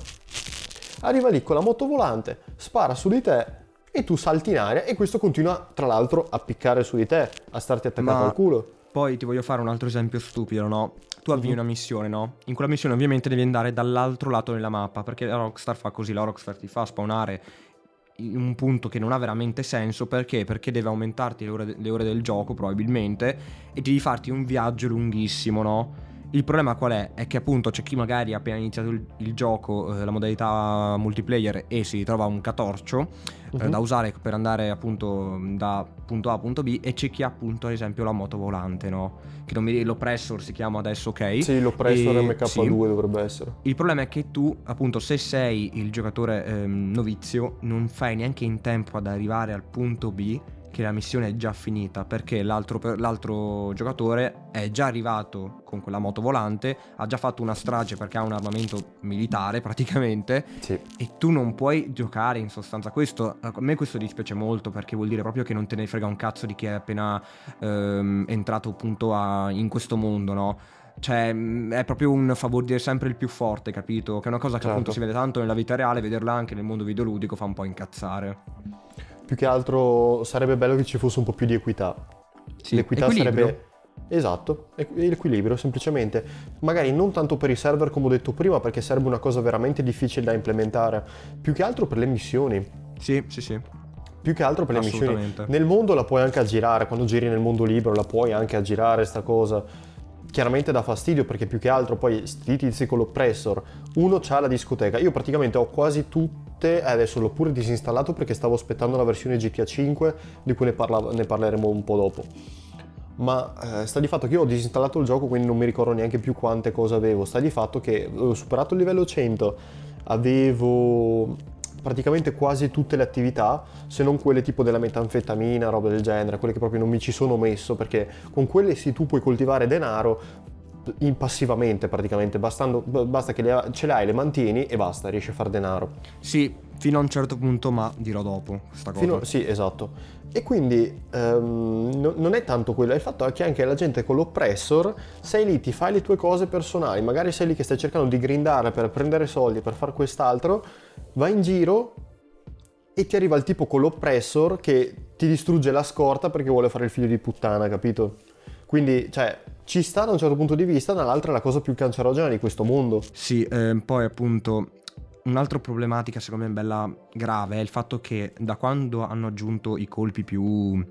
[SPEAKER 2] arriva lì con la moto volante, spara su di te, e tu salti in aria e questo continua tra l'altro a piccare su di te, a starti attaccato
[SPEAKER 3] Ma
[SPEAKER 2] al culo.
[SPEAKER 3] poi ti voglio fare un altro esempio stupido, no? Tu avvii
[SPEAKER 2] Mhm.
[SPEAKER 3] una missione, no? In quella missione ovviamente devi andare dall'altro lato della mappa, perché la Rockstar fa così, la Rockstar ti fa spawnare in un punto che non ha veramente senso. Perché? Perché deve aumentarti le ore, le ore del gioco probabilmente, e devi farti un viaggio lunghissimo, no? Il problema qual è? È che appunto c'è chi magari ha appena iniziato il, il gioco, eh, la modalità multiplayer, e si ritrova un catorcio eh,
[SPEAKER 2] Mhm.
[SPEAKER 3] da usare per andare appunto da punto A a punto B, e c'è chi ha appunto ad esempio la moto volante, no? Che non mi l'Oppressor si chiama adesso, ok?
[SPEAKER 2] Sì, l'Oppressor
[SPEAKER 3] E-
[SPEAKER 2] M K due
[SPEAKER 3] sì.
[SPEAKER 2] dovrebbe essere.
[SPEAKER 3] Il problema è che tu, appunto, se sei il giocatore ehm, novizio, non fai neanche in tempo ad arrivare al punto B, che la missione è già finita, perché l'altro, per- l'altro giocatore è già arrivato con quella moto volante, ha già fatto una strage perché ha un armamento militare praticamente,
[SPEAKER 2] Sì.
[SPEAKER 3] e tu non puoi giocare in sostanza. Questo, a me questo dispiace molto, perché vuol dire proprio che non te ne frega un cazzo di chi è appena ehm, entrato appunto a- in questo mondo, no? Cioè, mh, è proprio un favorire sempre il più forte, capito? Che è una cosa che
[SPEAKER 2] Certo.
[SPEAKER 3] appunto si vede tanto nella vita reale, vederla anche nel mondo videoludico fa un po' incazzare.
[SPEAKER 2] Più che altro sarebbe bello che ci fosse un po' più di equità.
[SPEAKER 3] Sì,
[SPEAKER 2] L'equità
[SPEAKER 3] equilibrio.
[SPEAKER 2] sarebbe... Esatto, e- l'equilibrio semplicemente. Magari non tanto per i server come ho detto prima, perché sarebbe una cosa veramente difficile da implementare. Più che altro per le missioni.
[SPEAKER 3] Sì, sì, sì.
[SPEAKER 2] Più che altro per le missioni.
[SPEAKER 3] Assolutamente.
[SPEAKER 2] Nel mondo la puoi anche aggirare, quando giri nel mondo libero la puoi anche aggirare sta cosa. chiaramente dà fastidio perché più che altro poi sti tizi con l'oppressor, uno c'ha la discoteca, io praticamente ho quasi tutte, adesso l'ho pure disinstallato perché stavo aspettando la versione G T A cinque di cui ne, parla- ne parleremo un po' dopo, ma eh, sta di fatto che io ho disinstallato il gioco, quindi non mi ricordo neanche più quante cose avevo, sta di fatto che ho superato il livello cento, avevo praticamente quasi tutte le attività, se non quelle tipo della metanfetamina, roba del genere, quelle che proprio non mi ci sono messo, perché con quelle sì tu puoi coltivare denaro impassivamente praticamente, bastando, basta che le, ce le hai, le mantieni e basta, riesci a fare denaro.
[SPEAKER 3] Sì, fino a un certo punto, ma dirò dopo questa cosa.
[SPEAKER 2] Fino, sì, esatto. E quindi um, no, non è tanto quello, è il fatto che anche la gente con l'oppressor, sei lì, ti fai le tue cose personali, magari sei lì che stai cercando di grindare per prendere soldi, per fare quest'altro, vai in giro e ti arriva il tipo con l'oppressor che ti distrugge la scorta perché vuole fare il figlio di puttana, capito? Quindi, cioè, ci sta da un certo punto di vista, dall'altra è la cosa più cancerogena di questo mondo.
[SPEAKER 3] Sì, eh, poi appunto un'altra problematica secondo me bella grave è il fatto che da quando hanno aggiunto i colpi più,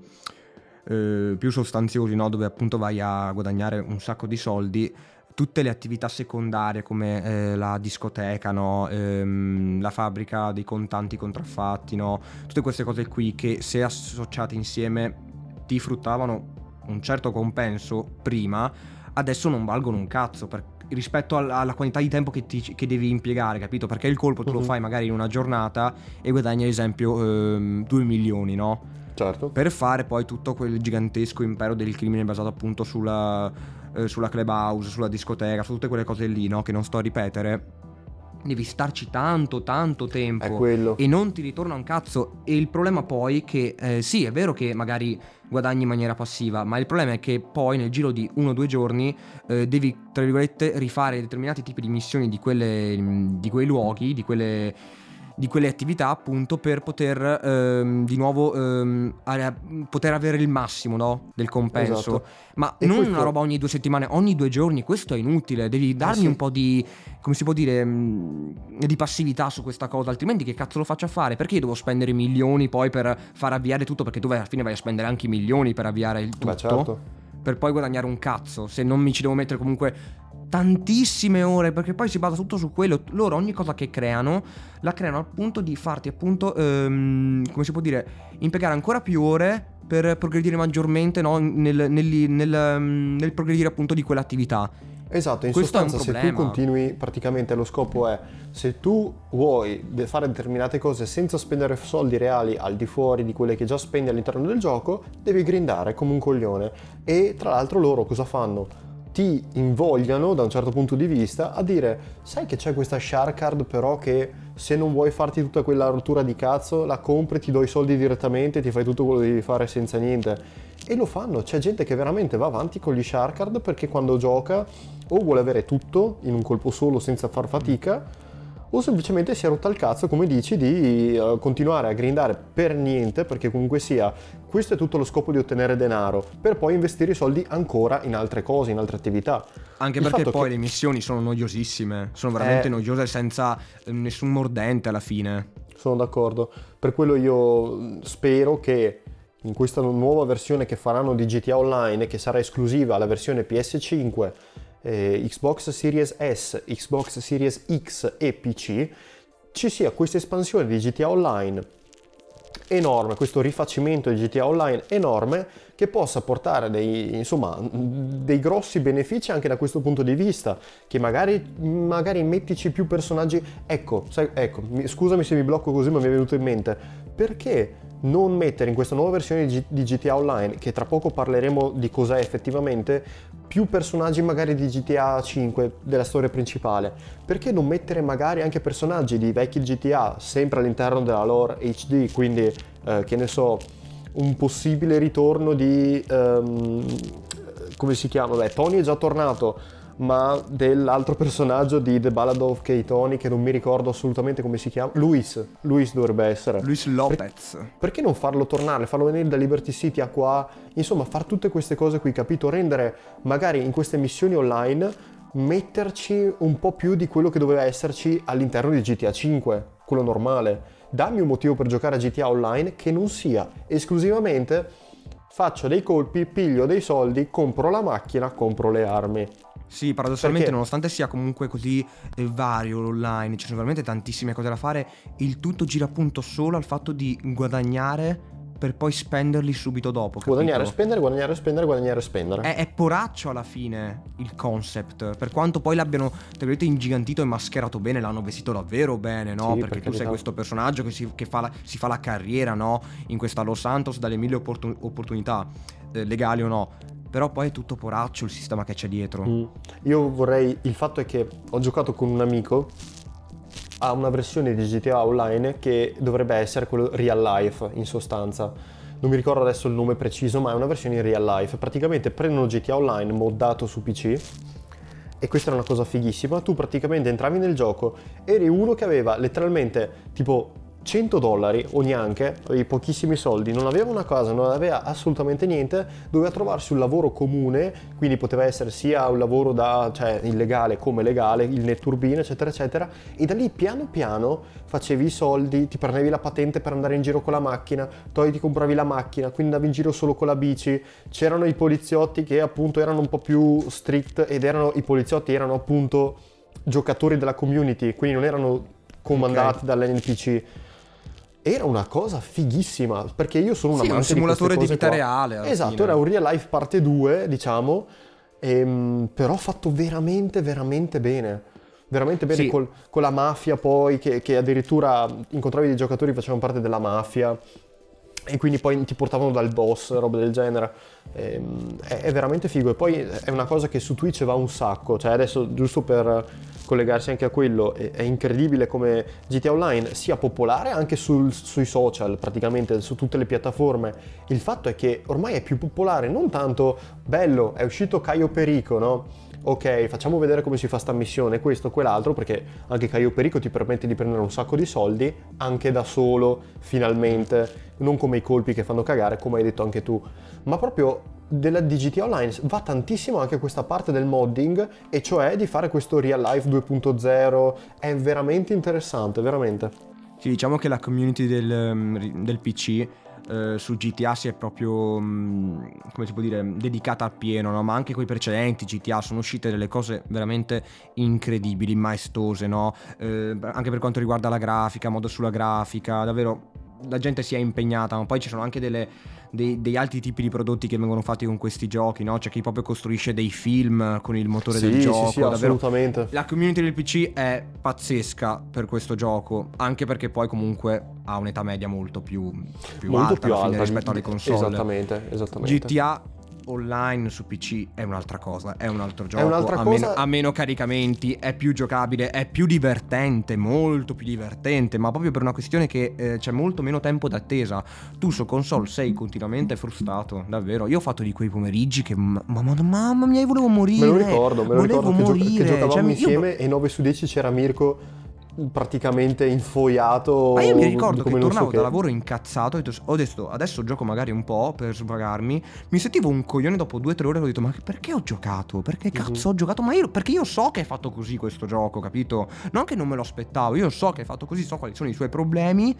[SPEAKER 3] eh, più sostanziosi, no? Dove appunto vai a guadagnare un sacco di soldi, tutte le attività secondarie come eh, la discoteca, no? ehm, la fabbrica dei contanti contraffatti, no? Tutte queste cose qui che se associate insieme ti fruttavano un certo compenso prima, adesso non valgono un cazzo per, rispetto alla, alla quantità di tempo che, ti, che devi impiegare, capito? Perché il colpo tu uh-huh. lo fai magari in una giornata e guadagni ad esempio ehm, due milioni, no?
[SPEAKER 2] Certo.
[SPEAKER 3] Per fare poi tutto quel gigantesco impero del crimine basato appunto sulla, eh, sulla clubhouse, sulla discoteca, su tutte quelle cose lì, no? Che non sto a ripetere. Devi starci tanto tanto tempo
[SPEAKER 2] è quello.
[SPEAKER 3] E non ti ritorna un cazzo. E il problema poi che eh, sì, è vero che magari guadagni in maniera passiva, ma il problema è che poi nel giro di uno o due giorni eh, devi tra virgolette rifare determinati tipi di missioni di quelle di quei luoghi, di quelle di quelle attività appunto per poter ehm, di nuovo ehm, a, poter avere il massimo, no? Del compenso.
[SPEAKER 2] Esatto.
[SPEAKER 3] Ma
[SPEAKER 2] e
[SPEAKER 3] non
[SPEAKER 2] questo...
[SPEAKER 3] una roba ogni due settimane, ogni due giorni, questo è inutile, devi darmi eh sì. un po' di, come si può dire, mh, di passività su questa cosa, altrimenti che cazzo lo faccio a fare? Perché io devo spendere milioni poi per far avviare tutto, perché tu alla fine vai a spendere anche i milioni per avviare il tutto.
[SPEAKER 2] Beh, certo.
[SPEAKER 3] Per poi guadagnare un cazzo, se non mi ci devo mettere comunque tantissime ore, perché poi si basa tutto su quello. Loro ogni cosa che creano la creano al punto di farti appunto ehm, come si può dire, impiegare ancora più ore per progredire maggiormente, no? nel, nel, nel, nel progredire appunto di quell'attività.
[SPEAKER 2] Esatto, in
[SPEAKER 3] Questo
[SPEAKER 2] sostanza se tu continui, praticamente lo scopo è, se tu vuoi fare determinate cose senza spendere soldi reali al di fuori di quelle che già spendi all'interno del gioco, devi grindare come un coglione. E tra l'altro loro cosa fanno? Ti invogliano da un certo punto di vista a dire: sai che c'è questa shark card però che se non vuoi farti tutta quella rottura di cazzo la compri, ti do i soldi direttamente, ti fai tutto quello che devi fare senza niente. E lo fanno, c'è gente che veramente va avanti con gli shark card perché quando gioca o vuole avere tutto in un colpo solo senza far fatica, o semplicemente si è rotta il cazzo, come dici, di uh, continuare a grindare per niente, perché comunque sia, questo è tutto lo scopo di ottenere denaro, per poi investire i soldi ancora in altre cose, in altre attività.
[SPEAKER 3] Anche
[SPEAKER 2] il
[SPEAKER 3] perché poi
[SPEAKER 2] che...
[SPEAKER 3] le missioni sono noiosissime, sono veramente eh... noiose senza eh, nessun mordente alla fine.
[SPEAKER 2] Sono d'accordo, per quello io spero che in questa nuova versione che faranno di G T A Online, che sarà esclusiva alla versione P S cinque, Eh, Xbox Series S, Xbox Series X e P C, ci sia questa espansione di G T A Online enorme, questo rifacimento di G T A Online enorme che possa portare dei, insomma, dei grossi benefici anche da questo punto di vista, che magari, magari mettici più personaggi. Ecco, sai, ecco, scusami se mi blocco così, ma mi è venuto in mente, perché non mettere in questa nuova versione di, G- di G T A Online, che tra poco parleremo di cos'è effettivamente, più personaggi magari di G T A cinque, della storia principale? Perché non mettere magari anche personaggi di vecchi G T A sempre all'interno della lore H D, quindi eh, che ne so, un possibile ritorno di um, come si chiama? Beh, Tony è già tornato, ma dell'altro personaggio di The Ballad of Gay Tony, che non mi ricordo assolutamente come si chiama, Luis, Luis dovrebbe essere.
[SPEAKER 3] Luis Lopez.
[SPEAKER 2] Per, perché non farlo tornare, farlo venire da Liberty City a qua, insomma, far tutte queste cose qui, capito? Rendere magari in queste missioni online, metterci un po' più di quello che doveva esserci all'interno di G T A cinque, quello normale. Dammi un motivo per giocare a G T A Online che non sia esclusivamente faccio dei colpi, piglio dei soldi, compro la macchina, compro le armi.
[SPEAKER 3] Sì, paradossalmente,
[SPEAKER 2] Perché?
[SPEAKER 3] nonostante sia comunque così eh, vario l'online, ci sono veramente tantissime cose da fare, il tutto gira appunto solo al fatto di guadagnare per poi spenderli subito dopo, capito?
[SPEAKER 2] Guadagnare, spendere, guadagnare, spendere, guadagnare, spendere.
[SPEAKER 3] È, è poraccio alla fine il concept, per quanto poi l'abbiano, tra virgolette, ingigantito e mascherato bene, l'hanno vestito davvero bene, no?
[SPEAKER 2] Sì,
[SPEAKER 3] Perché
[SPEAKER 2] per
[SPEAKER 3] tu sei
[SPEAKER 2] carità.
[SPEAKER 3] questo personaggio che, si, che fa la, si fa la carriera, no? In questa Los Santos dalle mille opportun- opportunità, eh, legali o no. Però poi è tutto poraccio il sistema che c'è dietro.
[SPEAKER 2] Mm. Io vorrei, il fatto è che ho giocato con un amico a una versione di G T A Online che dovrebbe essere quello real life in sostanza. Non mi ricordo adesso il nome preciso, ma è una versione in real life. Praticamente prendono G T A Online moddato su P C e questa era una cosa fighissima. Tu praticamente entravi nel gioco, eri uno che aveva letteralmente tipo cento dollari o neanche, avevi pochissimi soldi, non aveva una casa, non aveva assolutamente niente, doveva trovarsi un lavoro comune, quindi poteva essere sia un lavoro da, cioè, illegale come legale, il netturbino eccetera eccetera, e da lì piano piano facevi i soldi, ti prendevi la patente per andare in giro con la macchina, poi ti compravi la macchina, quindi andavi in giro solo con la bici. C'erano i poliziotti che appunto erano un po' più strict ed erano i poliziotti erano appunto giocatori della community, quindi non erano comandati
[SPEAKER 3] Ok.
[SPEAKER 2] dall'N P C. Era una cosa fighissima, perché io sono un
[SPEAKER 3] Sì, è un
[SPEAKER 2] amante
[SPEAKER 3] simulatore
[SPEAKER 2] di
[SPEAKER 3] di
[SPEAKER 2] queste cose
[SPEAKER 3] vita
[SPEAKER 2] qua.
[SPEAKER 3] reale, alla
[SPEAKER 2] Esatto,
[SPEAKER 3] fine.
[SPEAKER 2] era un real life parte due, diciamo, ehm, però fatto veramente, veramente bene. Veramente bene,
[SPEAKER 3] Sì.
[SPEAKER 2] col- con la mafia poi, che, che addirittura incontravi dei giocatori che facevano parte della mafia e quindi poi ti portavano dal boss, roba del genere. Ehm, è, è veramente figo, e poi è una cosa che su Twitch va un sacco, cioè adesso giusto per collegarsi anche a quello, è, è incredibile come G T A Online sia popolare anche sul- sui social, praticamente su tutte le piattaforme. Il fatto è che ormai è più popolare, non tanto bello, è uscito Caio Perico, no? Ok, facciamo vedere come si fa sta missione, questo, quell'altro, perché anche Caio Perico ti permette di prendere un sacco di soldi, anche da solo, finalmente, non come i colpi che fanno cagare, come hai detto anche tu, ma proprio della di G T A Online va tantissimo anche questa parte del modding, e cioè di fare questo real life due punto zero, è veramente interessante, veramente.
[SPEAKER 3] Sì, diciamo che la community del, um, del P C eh, su G T A si è proprio, um, come si può dire, dedicata appieno, no? Ma anche coi precedenti G T A sono uscite delle cose veramente incredibili, maestose, no? Eh, anche per quanto riguarda la grafica, modo sulla grafica, davvero la gente si è impegnata, ma poi ci sono anche delle, dei, dei altri tipi di prodotti che vengono fatti con questi giochi, no? C'è chi proprio costruisce dei film con il motore
[SPEAKER 2] Sì,
[SPEAKER 3] del
[SPEAKER 2] sì,
[SPEAKER 3] gioco,
[SPEAKER 2] sì,
[SPEAKER 3] davvero.
[SPEAKER 2] assolutamente.
[SPEAKER 3] La community del P C è pazzesca per questo gioco, anche perché poi comunque ha un'età media molto più, più
[SPEAKER 2] Molto
[SPEAKER 3] alta
[SPEAKER 2] più
[SPEAKER 3] alla fine
[SPEAKER 2] alta
[SPEAKER 3] rispetto alle console.
[SPEAKER 2] Esattamente, esattamente.
[SPEAKER 3] G T A online su P C è un'altra cosa, è un altro gioco,
[SPEAKER 2] un'altra
[SPEAKER 3] ha,
[SPEAKER 2] cosa-
[SPEAKER 3] meno, ha meno caricamenti, è più giocabile, è più divertente, molto più divertente, ma proprio per una questione che eh, c'è molto meno tempo d'attesa. Tu su console sei continuamente frustrato, davvero. Io ho fatto di quei pomeriggi che ma- mamma, mamma mia, io volevo morire.
[SPEAKER 2] Me lo ricordo, me lo
[SPEAKER 3] volevo
[SPEAKER 2] ricordo che, gio-
[SPEAKER 3] morire.
[SPEAKER 2] che giocavamo
[SPEAKER 3] Cioè, mi- io-
[SPEAKER 2] insieme e nove su dieci c'era Mirko praticamente infoiato.
[SPEAKER 3] Ma io mi ricordo
[SPEAKER 2] come
[SPEAKER 3] che
[SPEAKER 2] non so
[SPEAKER 3] tornavo
[SPEAKER 2] che.
[SPEAKER 3] da lavoro incazzato e ho detto adesso gioco magari un po' per svagarmi. Mi sentivo un coglione dopo due o tre ore e ho detto ma perché ho giocato? Perché cazzo ho giocato? Ma io perché io so che è fatto così questo gioco, capito? Non che non me lo aspettavo, io so che è fatto così, so quali sono i suoi problemi.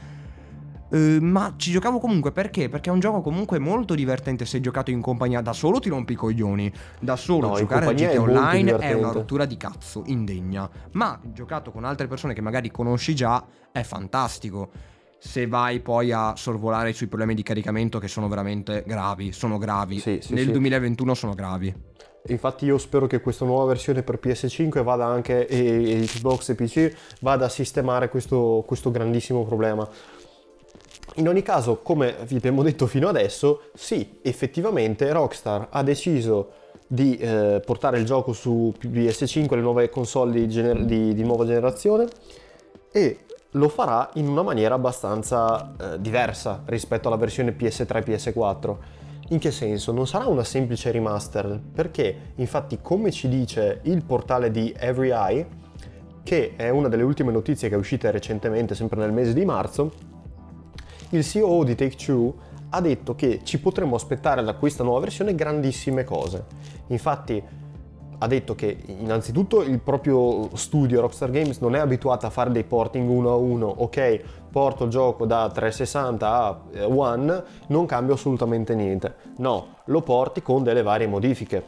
[SPEAKER 3] eh, ma ci giocavo comunque perché? Perché è un gioco comunque molto divertente se giocato in compagnia. Da solo ti rompi i coglioni. Da solo
[SPEAKER 2] No, in
[SPEAKER 3] giocare a
[SPEAKER 2] compagnia
[SPEAKER 3] G T A
[SPEAKER 2] è molto
[SPEAKER 3] Online è una
[SPEAKER 2] divertente.
[SPEAKER 3] rottura di cazzo, indegna. Ma giocato con altre persone che magari conosci già è fantastico. Se vai poi a sorvolare sui problemi di caricamento che sono veramente gravi, sono gravi.
[SPEAKER 2] Sì, sì,
[SPEAKER 3] Nel
[SPEAKER 2] sì.
[SPEAKER 3] duemilaventuno sono gravi.
[SPEAKER 2] Infatti io spero che questa nuova versione per P S cinque vada anche, e, e Xbox e P C, vada a sistemare questo, questo grandissimo problema. In ogni caso, come vi abbiamo detto fino adesso, sì, effettivamente Rockstar ha deciso di eh, portare il gioco su P S cinque, le nuove console di, gener- di, di nuova generazione, e lo farà in una maniera abbastanza eh, diversa rispetto alla versione P S tre e P S quattro. In che senso? Non sarà una semplice remaster, perché infatti, come ci dice il portale di Every Eye, che è una delle ultime notizie che è uscita recentemente, sempre nel mese di marzo, il C E O di Take-Two ha detto che ci potremmo aspettare da questa nuova versione grandissime cose. Infatti ha detto che innanzitutto il proprio studio Rockstar Games non è abituato a fare dei porting uno a uno, ok, porto il gioco da trecentosessanta a One, non cambio assolutamente niente. No, lo porti con delle varie modifiche.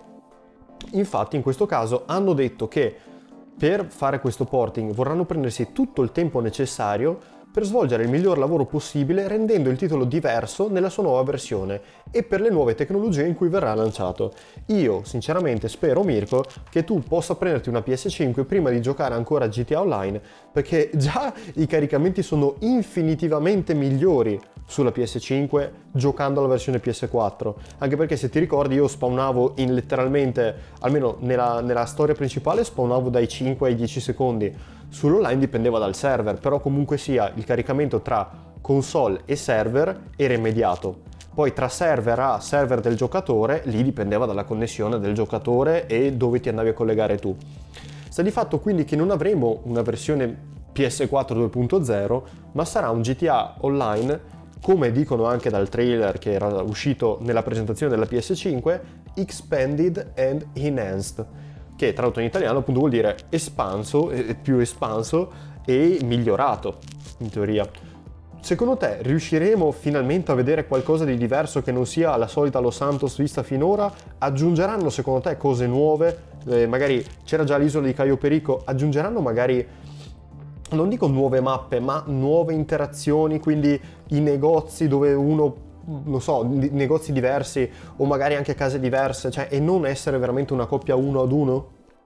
[SPEAKER 2] Infatti in questo caso hanno detto che per fare questo porting vorranno prendersi tutto il tempo necessario per svolgere il miglior lavoro possibile rendendo il titolo diverso nella sua nuova versione e per le nuove tecnologie in cui verrà lanciato. Io sinceramente spero, Mirko, che tu possa prenderti una P S cinque prima di giocare ancora a G T A Online, perché già i caricamenti sono infinitivamente migliori sulla P S cinque giocando alla versione P S quattro, anche perché se ti ricordi io spawnavo in letteralmente, almeno nella, nella storia principale spawnavo dai cinque ai dieci secondi, sull'online dipendeva dal server, però comunque sia il caricamento tra console e server era immediato. Poi tra server a server del giocatore, lì dipendeva dalla connessione del giocatore e dove ti andavi a collegare tu. Sta di fatto quindi che non avremo una versione P S quattro due punto zero, ma sarà un G T A Online, come dicono anche dal trailer che era uscito nella presentazione della P S cinque, Expanded and Enhanced, che tradotto in italiano appunto vuol dire espanso, più espanso e migliorato, in teoria. Secondo te riusciremo finalmente a vedere qualcosa di diverso che non sia la solita Los Santos vista finora? Aggiungeranno secondo te cose nuove? Eh, magari c'era già l'isola di Caio Perico, aggiungeranno magari, non dico nuove mappe, ma nuove interazioni, quindi i negozi dove uno, non so, negozi diversi o magari anche case diverse, cioè, e non essere veramente una coppia uno ad uno?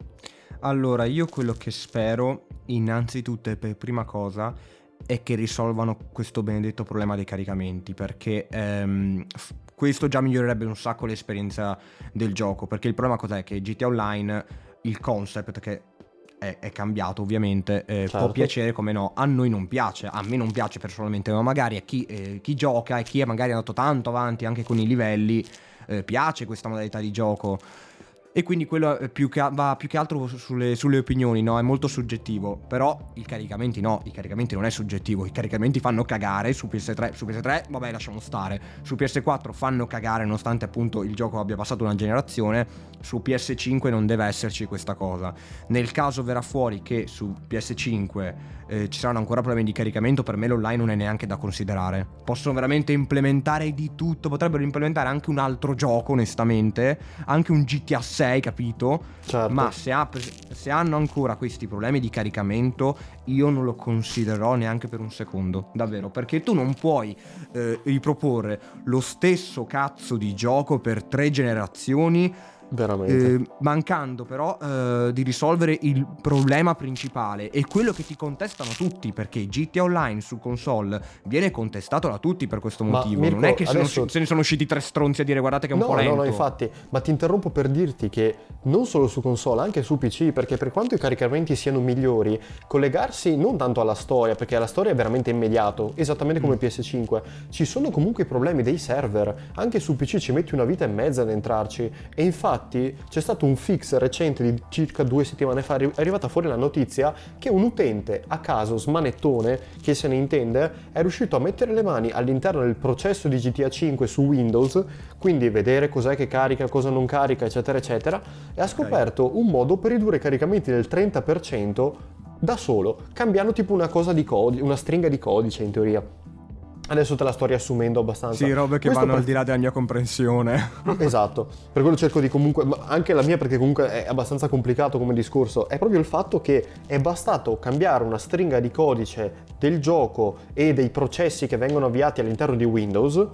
[SPEAKER 3] Allora, io quello che spero, innanzitutto e per prima cosa, è che risolvano questo benedetto problema dei caricamenti, perché ehm, f- questo già migliorerebbe un sacco l'esperienza del gioco, perché il problema cos'è? Che G T A Online, il concept che è, è cambiato ovviamente, eh,
[SPEAKER 2] certo.
[SPEAKER 3] può piacere come no, a noi non piace, a me non piace personalmente, ma magari a chi, eh, chi gioca e chi è magari andato tanto avanti anche con i livelli, eh, piace questa modalità di gioco. E quindi quello è più che, va più che altro sulle, sulle opinioni, no? È molto soggettivo. Però i caricamenti no, i caricamenti non è soggettivo. I caricamenti fanno cagare su P S tre. Su P S tre, vabbè, lasciamo stare. Su P S quattro fanno cagare, nonostante appunto il gioco abbia passato una generazione. Su P S cinque non deve esserci questa cosa. Nel caso verrà fuori che su P S cinque eh, ci saranno ancora problemi di caricamento, per me l'online non è neanche da considerare. Possono veramente implementare di tutto. Potrebbero implementare anche un altro gioco, onestamente. Anche un G T A sei, capito?
[SPEAKER 2] Certo.
[SPEAKER 3] Ma se, ha, se hanno ancora questi problemi di caricamento, io non lo considererò neanche per un secondo, davvero, perché tu non puoi eh, riproporre lo stesso cazzo di gioco per tre generazioni,
[SPEAKER 2] veramente,
[SPEAKER 3] eh, mancando però eh, di risolvere il problema principale, e quello che ti contestano tutti, perché G T A Online su console viene contestato da tutti per questo
[SPEAKER 2] Ma,
[SPEAKER 3] motivo.
[SPEAKER 2] Mirko,
[SPEAKER 3] non è che
[SPEAKER 2] adesso...
[SPEAKER 3] sono, se ne sono usciti tre stronzi a dire guardate che è un
[SPEAKER 2] no,
[SPEAKER 3] po' lento.
[SPEAKER 2] No, no, infatti, ma ti interrompo per dirti che non solo su console, anche su P C, perché per quanto i caricamenti siano migliori, collegarsi non tanto alla storia, perché la storia è veramente immediato, esattamente come
[SPEAKER 3] mm.
[SPEAKER 2] P S cinque, ci sono comunque i problemi dei server, anche su P C ci metti una vita e mezza ad entrarci, e infatti c'è stato un fix recente di circa due settimane fa, è arrivata fuori la notizia che un utente a caso smanettone, che se ne intende, è riuscito a mettere le mani all'interno del processo di G T A cinque su Windows, quindi vedere cos'è che carica, cosa non carica, eccetera eccetera, e ha scoperto okay. un modo per ridurre i caricamenti del trenta per cento da solo, cambiando tipo una cosa di codice, una stringa di codice in teoria. Adesso te la sto riassumendo abbastanza.
[SPEAKER 3] Sì, robe che
[SPEAKER 2] Questo
[SPEAKER 3] vanno
[SPEAKER 2] per...
[SPEAKER 3] al di là della mia comprensione.
[SPEAKER 2] Esatto, per quello cerco di comunque, anche la mia perché comunque è abbastanza complicato come discorso, è proprio il fatto che è bastato cambiare una stringa di codice del gioco e dei processi che vengono avviati all'interno di Windows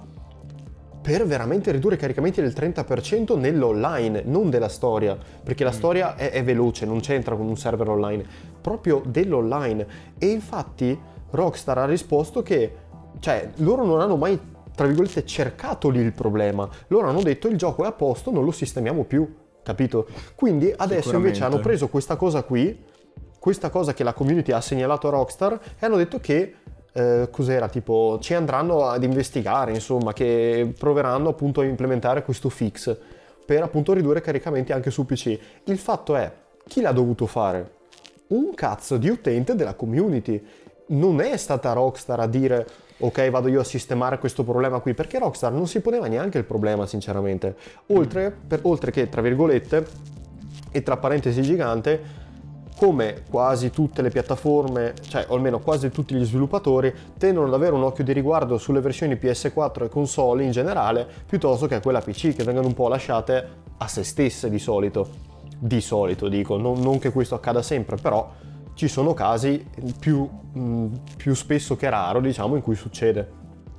[SPEAKER 2] per veramente ridurre i caricamenti del trenta per cento nell'online, non della storia, perché la storia è, è veloce, non c'entra con un server online, proprio dell'online. E infatti Rockstar ha risposto che, cioè, loro non hanno mai, tra virgolette, cercato lì il problema. Loro hanno detto il gioco è a posto, non lo sistemiamo più, capito? Quindi adesso invece hanno preso questa cosa qui, questa cosa che la community ha segnalato a Rockstar, e hanno detto che eh, cos'era, tipo ci andranno ad investigare, insomma, che proveranno appunto a implementare questo fix per appunto ridurre i caricamenti anche su P C. Il fatto è, chi l'ha dovuto fare? Un cazzo di utente della community. Non è stata Rockstar a dire ok, vado io a sistemare questo problema qui, perché Rockstar non si poneva neanche il problema, sinceramente. Oltre, per, oltre che, tra virgolette, e tra parentesi gigante, come quasi tutte le piattaforme, cioè o almeno quasi tutti gli sviluppatori, tendono ad avere un occhio di riguardo sulle versioni P S quattro e console in generale, piuttosto che a quella P C, che vengono un po' lasciate a se stesse di solito. Di solito dico, non, non che questo accada sempre, però ci sono casi più, mh, più spesso che raro, diciamo, in cui succede.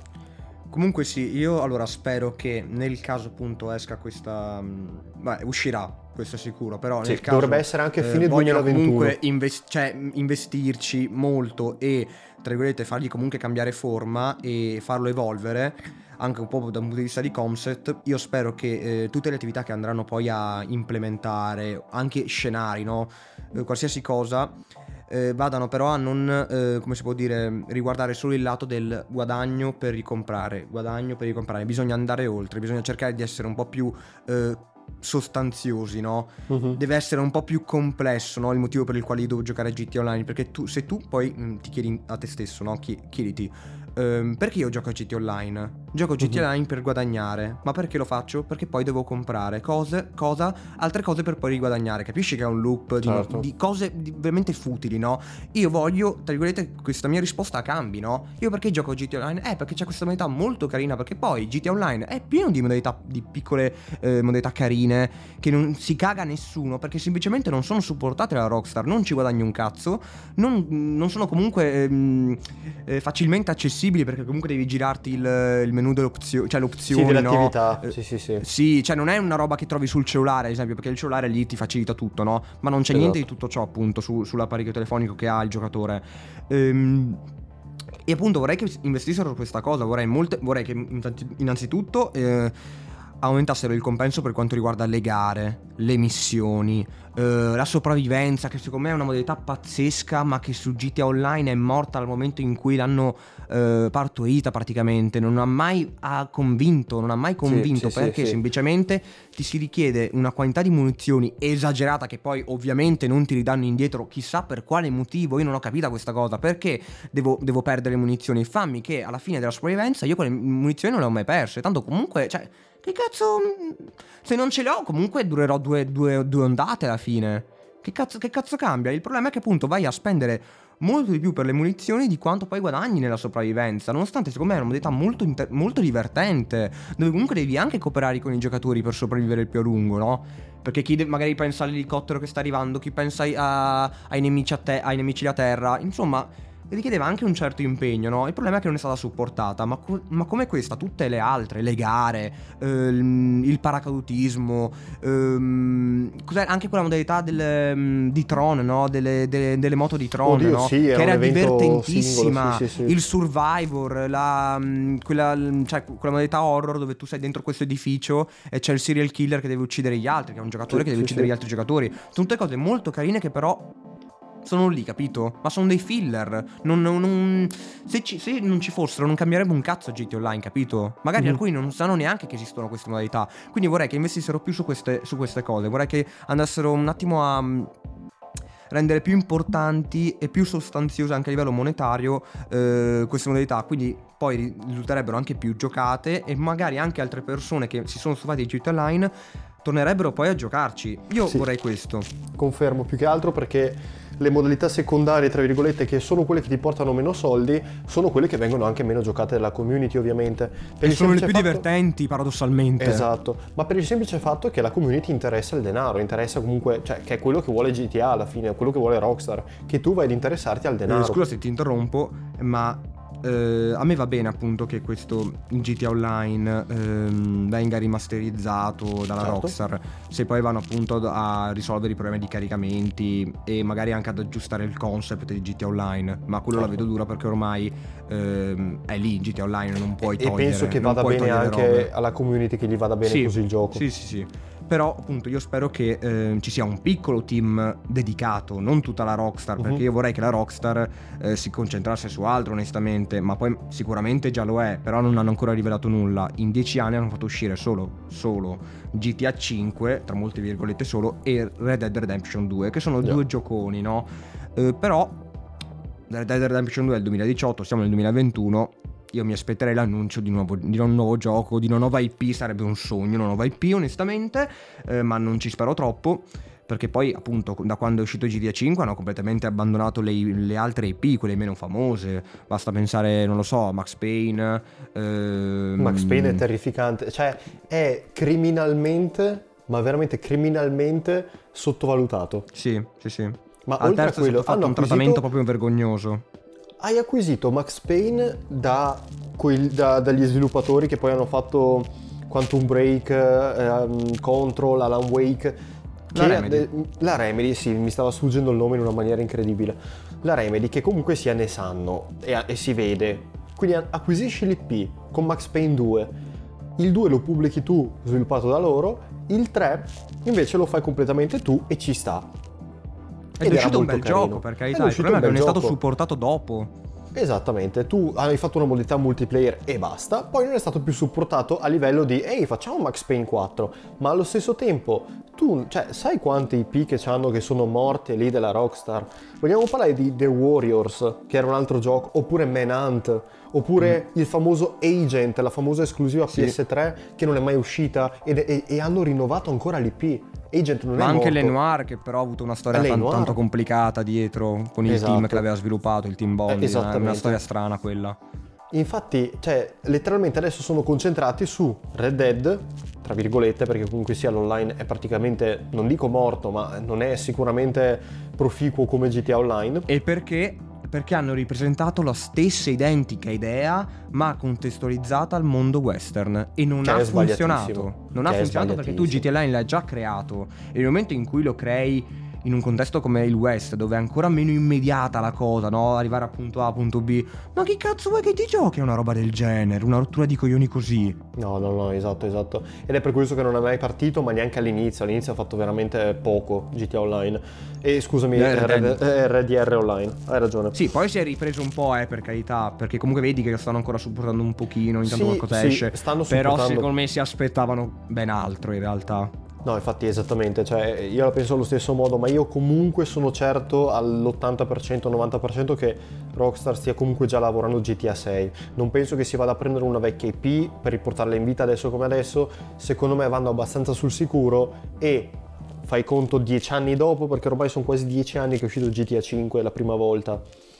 [SPEAKER 3] Comunque sì, io allora spero che nel caso appunto esca questa... Beh, uscirà, questo è sicuro, però nel
[SPEAKER 2] Sì,
[SPEAKER 3] caso...
[SPEAKER 2] dovrebbe essere anche fine
[SPEAKER 3] eh, vogliono
[SPEAKER 2] duemilaventuno.
[SPEAKER 3] comunque invest- cioè, investirci molto e, tra virgolette, fargli comunque cambiare forma e farlo evolvere, anche un po' da un punto di vista di concept. Io spero che eh, tutte le attività che andranno poi a implementare, anche scenari, no? Eh, qualsiasi cosa... Eh, vadano però a non, eh, come si può dire, riguardare solo il lato del guadagno per ricomprare, guadagno per ricomprare, bisogna andare oltre, bisogna cercare di essere un po' più eh, sostanziosi, no? Uh-huh. Deve essere un po' più complesso, no? Il motivo per il quale io devo giocare a G T A Online, perché tu, se tu poi mh, ti chiedi a te stesso, no? Chiediti, ehm, perché io gioco a G T A Online? Gioco a G T A uh-huh. Online per guadagnare, ma perché lo faccio? Perché poi devo comprare cose, cosa, altre cose per poi riguadagnare, capisci che è un loop di,
[SPEAKER 2] certo.
[SPEAKER 3] no, di cose di, veramente futili, no? Io voglio, tra virgolette, questa mia risposta cambi, no? Io perché gioco a G T A Online? Eh, perché c'è questa modalità molto carina, perché poi G T A Online è pieno di modalità, di piccole eh, modalità carine, che non si caga nessuno, perché semplicemente non sono supportate dalla Rockstar, non ci guadagni un cazzo, non, non sono comunque ehm, eh, facilmente accessibili, perché comunque devi girarti il, il menu dell'opzione, cioè l'opzione,
[SPEAKER 2] sì, dell'attività,
[SPEAKER 3] no?
[SPEAKER 2] sì, sì, sì.
[SPEAKER 3] Sì, cioè non è una roba che trovi sul cellulare, ad esempio, perché il cellulare lì ti facilita tutto, no? Ma non c'è
[SPEAKER 2] esatto.
[SPEAKER 3] niente di tutto ciò, appunto, su, sull'apparecchio telefonico che ha il giocatore. Ehm, e appunto vorrei che investissero su questa cosa, vorrei, molte, vorrei che innanzitutto eh, aumentassero il compenso per quanto riguarda le gare, le missioni, eh, la sopravvivenza, che secondo me è una modalità pazzesca, ma che su G T A Online è morta dal momento in cui l'hanno eh, partorita praticamente. Non ha mai ha convinto, non ha mai convinto,
[SPEAKER 2] sì, sì,
[SPEAKER 3] perché
[SPEAKER 2] sì, sì.
[SPEAKER 3] semplicemente ti si richiede una quantità di munizioni esagerata, che poi ovviamente non ti ridanno indietro, chissà per quale motivo. Io non ho capito questa cosa, perché devo, devo perdere munizioni. Fammi che alla fine della sopravvivenza io quelle munizioni non le ho mai perse, tanto comunque, cioè, che cazzo, se non ce le ho comunque durerò due, due, due ondate alla fine. Che cazzo, che cazzo cambia? Il problema è che appunto vai a spendere molto di più per le munizioni di quanto poi guadagni nella sopravvivenza, nonostante secondo me è una modalità molto, inter- molto divertente, dove comunque devi anche cooperare con i giocatori per sopravvivere il più a lungo, no? Perché chi de- magari pensa all'elicottero che sta arrivando, chi pensa ai, a- ai nemici a te- ai nemici da terra, insomma richiedeva anche un certo impegno, no? Il problema è che non è stata supportata, ma, co- ma come questa, tutte le altre, le gare, ehm, il paracadutismo, ehm, cos'è? Anche quella modalità del, di Tron, no? Delle, delle, delle moto di Tron,
[SPEAKER 2] Oddio,
[SPEAKER 3] no?
[SPEAKER 2] sì,
[SPEAKER 3] che era divertentissima,
[SPEAKER 2] singolo, sì, sì, sì.
[SPEAKER 3] il Survivor, la, quella, cioè, quella modalità horror dove tu sei dentro questo edificio e c'è il serial killer che deve uccidere gli altri, che è un giocatore
[SPEAKER 2] sì,
[SPEAKER 3] che deve
[SPEAKER 2] sì,
[SPEAKER 3] uccidere
[SPEAKER 2] sì.
[SPEAKER 3] gli altri giocatori. Sono tutte cose molto carine che però sono lì, capito? Ma sono dei filler. Non, non, non se, ci, se non ci fossero non cambierebbe un cazzo G T Online, capito? Magari
[SPEAKER 2] Mm-hmm.
[SPEAKER 3] alcuni non sanno neanche che esistono queste modalità. Quindi vorrei che investissero più su queste, su queste cose. Vorrei che andassero un attimo a um, rendere più importanti e più sostanziose anche a livello monetario eh, queste modalità. Quindi poi risulterebbero anche più giocate e magari anche altre persone che si sono stufate di G T A Online tornerebbero poi a giocarci. Io
[SPEAKER 2] Sì.
[SPEAKER 3] vorrei questo.
[SPEAKER 2] Confermo, più che altro perché le modalità secondarie, tra virgolette, che sono quelle che ti portano meno soldi, sono quelle che vengono anche meno giocate dalla community, ovviamente. Per
[SPEAKER 3] E
[SPEAKER 2] il
[SPEAKER 3] sono le
[SPEAKER 2] semplice
[SPEAKER 3] più
[SPEAKER 2] fatto-
[SPEAKER 3] divertenti, paradossalmente.
[SPEAKER 2] Esatto, ma per il semplice fatto che la community interessa il denaro, interessa comunque, cioè che è quello che vuole G T A alla fine, è quello che vuole Rockstar, che tu vai ad interessarti al denaro.
[SPEAKER 3] Eh, scusa se ti interrompo, ma eh, a me va bene appunto che questo G T A Online ehm, venga rimasterizzato dalla
[SPEAKER 2] Certo.
[SPEAKER 3] Rockstar, se poi vanno appunto a risolvere i problemi di caricamenti e magari anche ad aggiustare il concept di G T A Online, ma quello la
[SPEAKER 2] Certo.
[SPEAKER 3] vedo dura perché ormai ehm, è lì G T A Online, non puoi
[SPEAKER 2] E
[SPEAKER 3] togliere.
[SPEAKER 2] penso che
[SPEAKER 3] non
[SPEAKER 2] vada
[SPEAKER 3] puoi
[SPEAKER 2] bene
[SPEAKER 3] togliere
[SPEAKER 2] anche
[SPEAKER 3] robe.
[SPEAKER 2] alla community, che gli vada bene
[SPEAKER 3] Sì,
[SPEAKER 2] così il gioco.
[SPEAKER 3] Sì, sì, sì. Però appunto io spero che eh, ci sia un piccolo team dedicato, non tutta la Rockstar, perché
[SPEAKER 2] Mhm.
[SPEAKER 3] io vorrei che la Rockstar eh, si concentrasse su altro onestamente, ma poi sicuramente già lo è, però non hanno ancora rivelato nulla. In dieci anni hanno fatto uscire solo, solo G T A cinque, tra molte virgolette solo, e Red Dead Redemption due, che sono
[SPEAKER 2] Yeah.
[SPEAKER 3] due gioconi, no? Eh, però Red Dead Redemption due è il duemiladiciotto, siamo nel duemilaventuno. Io mi aspetterei l'annuncio di, nuovo, di un nuovo gioco, di una nuova I P, sarebbe un sogno, una nuova I P onestamente, eh, ma non ci spero troppo. perché poi appunto da quando è uscito G T A cinque hanno completamente abbandonato le, le altre I P, quelle meno famose. Basta pensare, non lo so, a Max Payne. ehm...
[SPEAKER 2] Max Payne è terrificante, cioè è criminalmente, ma veramente criminalmente sottovalutato.
[SPEAKER 3] Sì, sì, sì.
[SPEAKER 2] Ma
[SPEAKER 3] Al
[SPEAKER 2] oltre a
[SPEAKER 3] terzo è
[SPEAKER 2] quello,
[SPEAKER 3] stato fatto
[SPEAKER 2] hanno
[SPEAKER 3] un trattamento
[SPEAKER 2] acquisito,
[SPEAKER 3] proprio vergognoso.
[SPEAKER 2] hai acquisito Max Payne da quel- da- dagli sviluppatori che poi hanno fatto Quantum Break, ehm, Control, Alan Wake.
[SPEAKER 3] La
[SPEAKER 2] che-
[SPEAKER 3] Remedy.
[SPEAKER 2] de- la Remedy, sì, mi stava sfuggendo il nome in una maniera incredibile. La Remedy, che comunque sia ne sanno e, e si vede. Quindi a- acquisisci l'I P con Max Payne due. Il due lo pubblichi tu, sviluppato da loro. Il tre invece lo fai completamente tu e ci sta.
[SPEAKER 3] Ed
[SPEAKER 2] Ed
[SPEAKER 3] è
[SPEAKER 2] era
[SPEAKER 3] uscito un
[SPEAKER 2] molto
[SPEAKER 3] bel
[SPEAKER 2] carino.
[SPEAKER 3] gioco, per
[SPEAKER 2] Ed
[SPEAKER 3] carità.
[SPEAKER 2] è
[SPEAKER 3] Il
[SPEAKER 2] uscito
[SPEAKER 3] problema è che
[SPEAKER 2] un
[SPEAKER 3] non è
[SPEAKER 2] bel
[SPEAKER 3] stato
[SPEAKER 2] gioco.
[SPEAKER 3] supportato dopo.
[SPEAKER 2] Esattamente, tu hai fatto una modalità multiplayer e basta, poi non è stato più supportato a livello di ehi facciamo Max Payne quattro, ma allo stesso tempo tu, cioè, sai quante I P che c'hanno che sono morte lì della Rockstar? Vogliamo parlare di The Warriors, che era un altro gioco, oppure Manhunt, oppure mm. il famoso Agent, la famosa esclusiva
[SPEAKER 3] Sì.
[SPEAKER 2] P S tre che non è mai uscita ed, e, e hanno rinnovato ancora l'I P. Agent non
[SPEAKER 3] Ma
[SPEAKER 2] è
[SPEAKER 3] anche
[SPEAKER 2] morto.
[SPEAKER 3] Lenoir, che però ha avuto una storia
[SPEAKER 2] Eh,
[SPEAKER 3] tan-
[SPEAKER 2] Lenoir.
[SPEAKER 3] tanto complicata dietro, con il
[SPEAKER 2] Esatto.
[SPEAKER 3] team che l'aveva sviluppato, il team Bond.
[SPEAKER 2] Eh,
[SPEAKER 3] È una
[SPEAKER 2] esattamente.
[SPEAKER 3] storia strana quella.
[SPEAKER 2] Infatti, cioè, letteralmente adesso sono concentrati su Red Dead, tra virgolette, perché comunque sia l'online è praticamente, non dico morto, ma non è sicuramente proficuo come G T A Online.
[SPEAKER 3] E perché? Perché hanno ripresentato la stessa identica idea, ma contestualizzata al mondo western. E non
[SPEAKER 2] Che
[SPEAKER 3] ha
[SPEAKER 2] è
[SPEAKER 3] funzionato.
[SPEAKER 2] sbagliatissimo.
[SPEAKER 3] Non ha
[SPEAKER 2] Che è
[SPEAKER 3] funzionato perché tu G T A Online l'hai già creato. E nel momento in cui lo crei in un contesto come il West, dove è ancora meno immediata la cosa, no? Arrivare a punto A, punto B. Ma che cazzo vuoi che ti giochi a una roba del genere? Una rottura di coglioni così?
[SPEAKER 2] No, no, no, esatto, esatto. Ed è per questo che non è mai partito, ma neanche all'inizio. All'inizio ha fatto veramente poco G T A Online. E scusami,
[SPEAKER 3] Eh,
[SPEAKER 2] Red,
[SPEAKER 3] Red-
[SPEAKER 2] eh, R D R Online, hai ragione.
[SPEAKER 3] Sì, poi si è ripreso un po', eh, per carità, perché comunque vedi che lo stanno ancora supportando un pochino, ogni tanto
[SPEAKER 2] Sì,
[SPEAKER 3] qualcosa
[SPEAKER 2] sì,
[SPEAKER 3] esce.
[SPEAKER 2] stanno
[SPEAKER 3] Però
[SPEAKER 2] supportando.
[SPEAKER 3] secondo me si aspettavano ben altro in realtà.
[SPEAKER 2] No, infatti esattamente, cioè io la penso allo stesso modo, ma io comunque sono certo all'ottanta per cento, novanta per cento che Rockstar stia comunque già lavorando G T A sei. Non penso che si vada a prendere una vecchia I P per riportarla in vita adesso come adesso, secondo me vanno abbastanza sul sicuro e fai conto dieci anni dopo, perché ormai sono quasi dieci anni che è uscito G T A cinque la prima volta.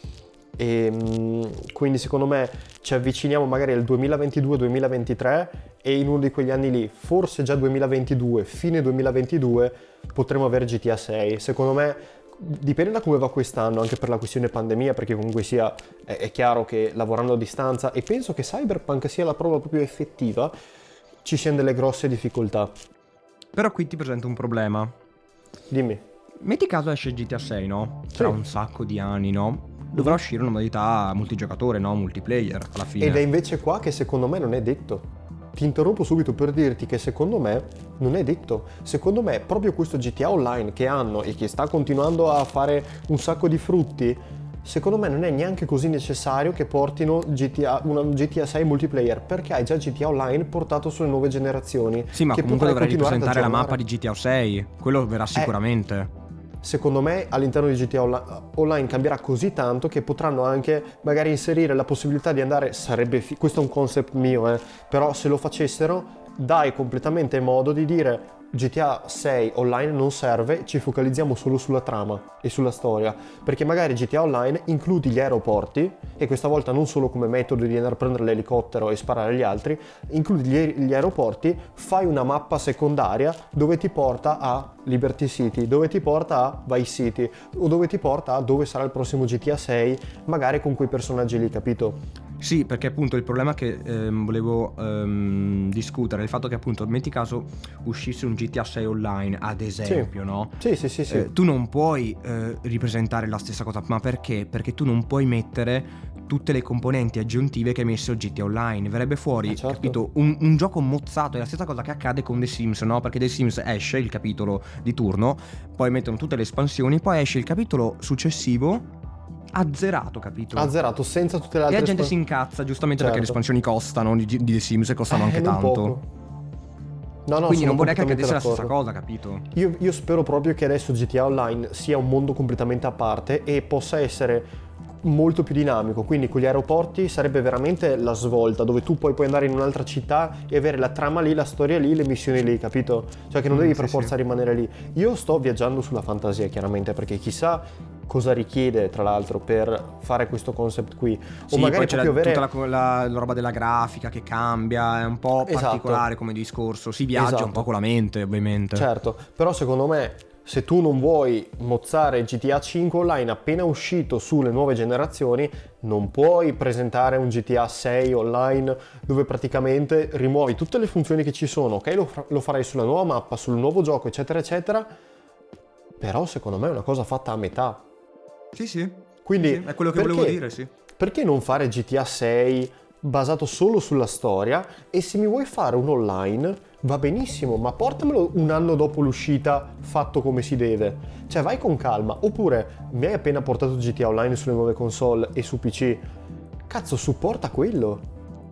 [SPEAKER 2] E mh, quindi secondo me ci avviciniamo magari al duemilaventidue duemilaventitré e in uno di quegli anni lì, forse già duemilaventidue, fine duemilaventidue, potremo avere G T A sei. Secondo me dipende da come va quest'anno, anche per la questione pandemia, perché comunque sia è, è chiaro che lavorando a distanza, e penso che Cyberpunk sia la prova proprio effettiva, ci siano delle grosse difficoltà.
[SPEAKER 3] Però qui ti presento un problema.
[SPEAKER 2] Dimmi.
[SPEAKER 3] Metti caso esce G T A sei, no? Tra
[SPEAKER 2] Sì.
[SPEAKER 3] un sacco di anni, no? Dovrà uscire una modalità multigiocatore, no? Multiplayer, alla fine.
[SPEAKER 2] Ed è invece qua che secondo me non è detto. Ti interrompo subito per dirti che secondo me non è detto. Secondo me proprio questo G T A Online che hanno e che sta continuando a fare un sacco di frutti, secondo me non è neanche così necessario che portino G T A, una G T A sei multiplayer, perché hai già G T A Online portato sulle nuove generazioni.
[SPEAKER 3] Sì, ma
[SPEAKER 2] che
[SPEAKER 3] comunque
[SPEAKER 2] potrai
[SPEAKER 3] dovrai
[SPEAKER 2] continuare ad
[SPEAKER 3] ripresentare la
[SPEAKER 2] aggiornare.
[SPEAKER 3] mappa di G T A sei. Quello verrà sicuramente.
[SPEAKER 2] Secondo me all'interno di G T A Onli- Online cambierà così tanto che potranno anche magari inserire la possibilità di andare, sarebbe fi- questo è un concept mio, eh, però se lo facessero dai completamente modo di dire G T A sei Online non serve, ci focalizziamo solo sulla trama e sulla storia, perché magari G T A Online includi gli aeroporti e questa volta non solo come metodo di andare a prendere l'elicottero e sparare agli altri, includi gli, gli aeroporti, fai una mappa secondaria dove ti porta a Liberty City, dove ti porta a Vice City o dove ti porta a dove sarà il prossimo G T A sei, magari con quei personaggi lì, capito?
[SPEAKER 3] Sì, perché appunto il problema che ehm, volevo ehm, discutere è il fatto che appunto metti caso uscisse un G T A sei Online, ad esempio,
[SPEAKER 2] Sì.
[SPEAKER 3] no?
[SPEAKER 2] Sì, sì, sì, sì.
[SPEAKER 3] Eh, tu non puoi eh, ripresentare la stessa cosa, ma perché? Perché tu non puoi mettere tutte le componenti aggiuntive che hai messo G T A Online. Verrebbe fuori,
[SPEAKER 2] Eh, certo.
[SPEAKER 3] capito, un, un gioco mozzato. È la stessa cosa che accade con The Sims, no? Perché The Sims esce il capitolo di turno, poi mettono tutte le espansioni, poi esce il capitolo successivo azzerato, capito?
[SPEAKER 2] Azzerato, senza tutte le
[SPEAKER 3] E
[SPEAKER 2] altre
[SPEAKER 3] la gente
[SPEAKER 2] espan-
[SPEAKER 3] si incazza giustamente perché le
[SPEAKER 2] Certo.
[SPEAKER 3] espansioni costano di, di The Sims e costano
[SPEAKER 2] Eh,
[SPEAKER 3] anche
[SPEAKER 2] non
[SPEAKER 3] tanto.
[SPEAKER 2] poco. No, no,
[SPEAKER 3] Quindi
[SPEAKER 2] sono
[SPEAKER 3] non vorrei che
[SPEAKER 2] completamente
[SPEAKER 3] accadesse la stessa
[SPEAKER 2] d'accordo.
[SPEAKER 3] cosa, capito?
[SPEAKER 2] Io, io spero proprio che adesso G T A Online sia un mondo completamente a parte e possa essere molto più dinamico, quindi con gli aeroporti sarebbe veramente la svolta, dove tu poi puoi andare in un'altra città e avere la trama lì, la storia lì, le missioni lì, capito? Cioè che non
[SPEAKER 3] Mm,
[SPEAKER 2] devi
[SPEAKER 3] sì,
[SPEAKER 2] per forza
[SPEAKER 3] sì.
[SPEAKER 2] rimanere lì. Io sto viaggiando sulla fantasia chiaramente, perché chissà cosa richiede tra l'altro per fare questo concept qui,
[SPEAKER 3] Sì,
[SPEAKER 2] o magari
[SPEAKER 3] poi c'è la-
[SPEAKER 2] proprio avere...
[SPEAKER 3] tutta la, la- la roba della grafica che cambia, è un po'
[SPEAKER 2] Esatto.
[SPEAKER 3] particolare come discorso, si viaggia
[SPEAKER 2] Esatto.
[SPEAKER 3] un po' con la mente ovviamente.
[SPEAKER 2] Certo, però secondo me se tu non vuoi mozzare G T A cinque Online appena uscito sulle nuove generazioni, non puoi presentare un G T A sei Online dove praticamente rimuovi tutte le funzioni che ci sono, ok? Lo, fa- lo farai sulla nuova mappa, sul nuovo gioco, eccetera, eccetera, però secondo me è una cosa fatta a metà.
[SPEAKER 3] Sì, sì.
[SPEAKER 2] Quindi
[SPEAKER 3] Sì, sì, è quello che volevo
[SPEAKER 2] perché-
[SPEAKER 3] dire, sì.
[SPEAKER 2] Perché non fare G T A sei basato solo sulla storia, e se mi vuoi fare un online va benissimo, ma portamelo un anno dopo l'uscita fatto come si deve. Cioè vai con calma, oppure mi hai appena portato G T A Online sulle nuove console e su P C, cazzo supporta quello.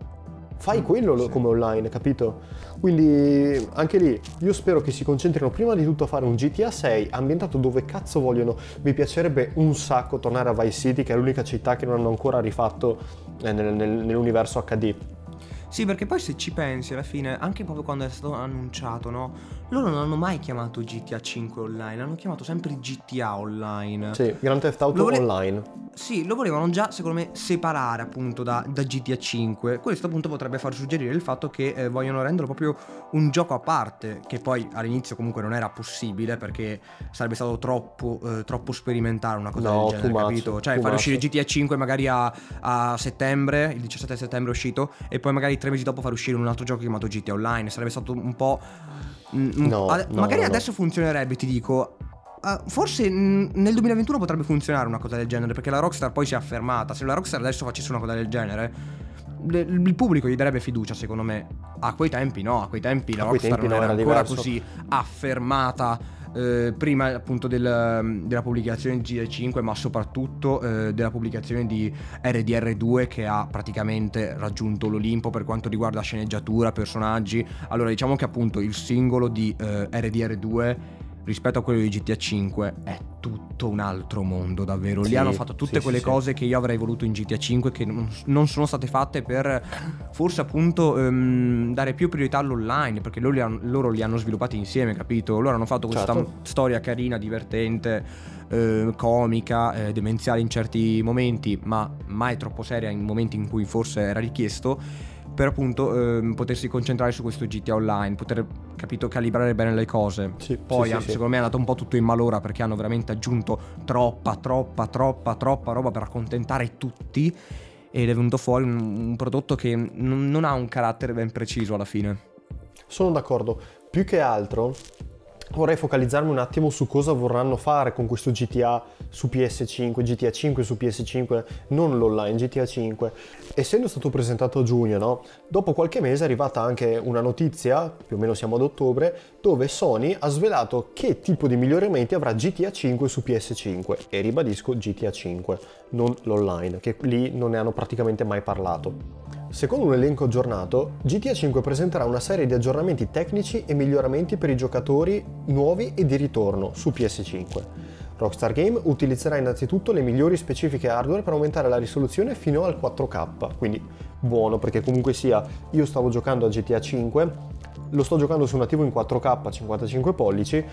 [SPEAKER 2] Fai
[SPEAKER 3] Mm,
[SPEAKER 2] quello lo-
[SPEAKER 3] sì.
[SPEAKER 2] come online, capito? Quindi anche lì io spero che si concentrino prima di tutto a fare un G T A sei ambientato dove cazzo vogliono. Mi piacerebbe un sacco tornare a Vice City, che è l'unica città che non hanno ancora rifatto eh, nel- nel- nell'universo acca di.
[SPEAKER 3] Sì, perché poi se ci pensi alla fine, anche proprio quando è stato annunciato, no? Loro non hanno mai chiamato G T A cinque Online, hanno chiamato sempre G T A Online.
[SPEAKER 2] Sì, Grand Theft Auto
[SPEAKER 3] Lo vole-
[SPEAKER 2] Online.
[SPEAKER 3] Sì, lo volevano già, secondo me, separare appunto da, da G T A cinque. Questo appunto potrebbe far suggerire il fatto che eh, vogliono renderlo proprio un gioco a parte, che poi all'inizio comunque non era possibile perché sarebbe stato troppo, eh, troppo sperimentare una cosa
[SPEAKER 2] No,
[SPEAKER 3] del genere,
[SPEAKER 2] too much,
[SPEAKER 3] capito? Cioè
[SPEAKER 2] too
[SPEAKER 3] fare
[SPEAKER 2] much.
[SPEAKER 3] uscire G T A cinque magari a, a settembre, il diciassette settembre è uscito, e poi magari tre mesi dopo far uscire un altro gioco chiamato G T A Online. Sarebbe stato un po'... mm, un-
[SPEAKER 2] No,
[SPEAKER 3] ade-
[SPEAKER 2] no,
[SPEAKER 3] magari
[SPEAKER 2] no, no.
[SPEAKER 3] adesso funzionerebbe, ti dico. Uh, forse mm, nel duemilaventuno potrebbe funzionare una cosa del genere, perché la Rockstar poi si è affermata. Se la Rockstar adesso facesse una cosa del genere, le- il pubblico gli darebbe fiducia, secondo me. A quei tempi no, a quei tempi la
[SPEAKER 2] A quei
[SPEAKER 3] Rockstar
[SPEAKER 2] tempi
[SPEAKER 3] non
[SPEAKER 2] no,
[SPEAKER 3] era
[SPEAKER 2] era
[SPEAKER 3] ancora
[SPEAKER 2] diverso.
[SPEAKER 3] così affermata, eh, prima appunto del- della pubblicazione di G T A cinque, ma soprattutto eh, della pubblicazione di R D R due, che ha praticamente raggiunto l'Olimpo per quanto riguarda sceneggiatura, personaggi. Allora diciamo che appunto il singolo di eh, R D R due rispetto a quello di G T A cinque è tutto un altro mondo, davvero. Lì
[SPEAKER 2] Sì,
[SPEAKER 3] hanno fatto tutte
[SPEAKER 2] sì,
[SPEAKER 3] quelle
[SPEAKER 2] sì,
[SPEAKER 3] cose che io avrei voluto in G T A cinque, che non, non sono state fatte, per forse appunto ehm, dare più priorità all'online, perché loro li, hanno, loro li hanno sviluppati insieme, capito? Loro hanno fatto questa
[SPEAKER 2] Certo.
[SPEAKER 3] storia carina, divertente, eh, comica, eh, demenziale in certi momenti, ma mai troppo seria in momenti in cui forse era richiesto, per appunto ehm, potersi concentrare su questo G T A Online, poter, capito, calibrare bene le cose.
[SPEAKER 2] Sì,
[SPEAKER 3] Poi
[SPEAKER 2] sì,
[SPEAKER 3] ah,
[SPEAKER 2] sì, sì.
[SPEAKER 3] secondo me è andato un po' tutto in malora, perché hanno veramente aggiunto troppa, troppa, troppa, troppa roba per accontentare tutti, ed è venuto fuori un, un prodotto che non, non ha un carattere ben preciso alla fine.
[SPEAKER 2] Sono d'accordo. Più che altro vorrei focalizzarmi un attimo su cosa vorranno fare con questo G T A su P S cinque, G T A cinque su P S cinque, non l'online, G T A cinque. Essendo stato presentato a giugno, no? Dopo qualche mese è arrivata anche una notizia, più o meno siamo ad ottobre, dove Sony ha svelato che tipo di miglioramenti avrà G T A cinque su P S cinque. E ribadisco G T A cinque, non l'online, che lì non ne hanno praticamente mai parlato. Secondo un elenco aggiornato, G T A cinque presenterà una serie di aggiornamenti tecnici e miglioramenti per i giocatori nuovi e di ritorno su P S cinque. Rockstar Game utilizzerà innanzitutto le migliori specifiche hardware per aumentare la risoluzione fino al quattro K, quindi buono, perché comunque sia, io stavo giocando a G T A cinque, lo sto giocando su una tivù in quattro K cinquantacinque pollici,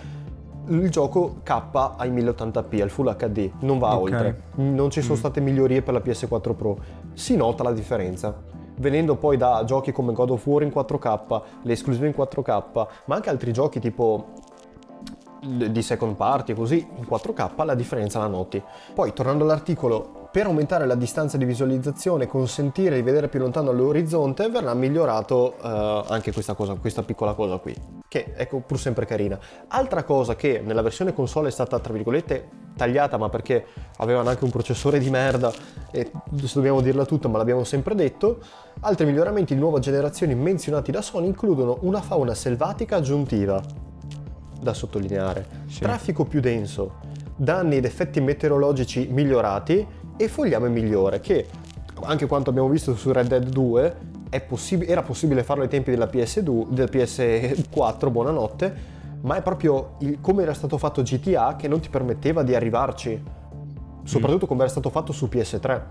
[SPEAKER 2] il gioco K ai mille ottanta p, al Full H D, non va
[SPEAKER 3] Ok.
[SPEAKER 2] oltre, non ci sono
[SPEAKER 3] Mm.
[SPEAKER 2] state migliorie per la P S quattro Pro, si nota la differenza. Venendo poi da giochi come God of War in quattro K, le esclusive in quattro K, ma anche altri giochi tipo di second party, così in quattro K la differenza la noti. Poi tornando all'articolo, per aumentare la distanza di visualizzazione e consentire di vedere più lontano all'orizzonte verrà migliorato eh, anche questa cosa, questa piccola cosa qui, che è pur sempre carina. Altra cosa che nella versione console è stata tra virgolette tagliata, ma perché avevano anche un processore di merda e adesso dobbiamo dirla tutta, ma l'abbiamo sempre detto, altri miglioramenti di nuova generazione menzionati da Sony includono una fauna selvatica aggiuntiva da sottolineare,
[SPEAKER 3] Sì.
[SPEAKER 2] traffico più denso, danni ed effetti meteorologici migliorati e fogliame migliore, che anche quanto abbiamo visto su Red Dead due è possib- era possibile farlo ai tempi della P S due, del P S quattro, buonanotte, ma è proprio il, come era stato fatto G T A che non ti permetteva di arrivarci soprattutto come era stato fatto su P S tre.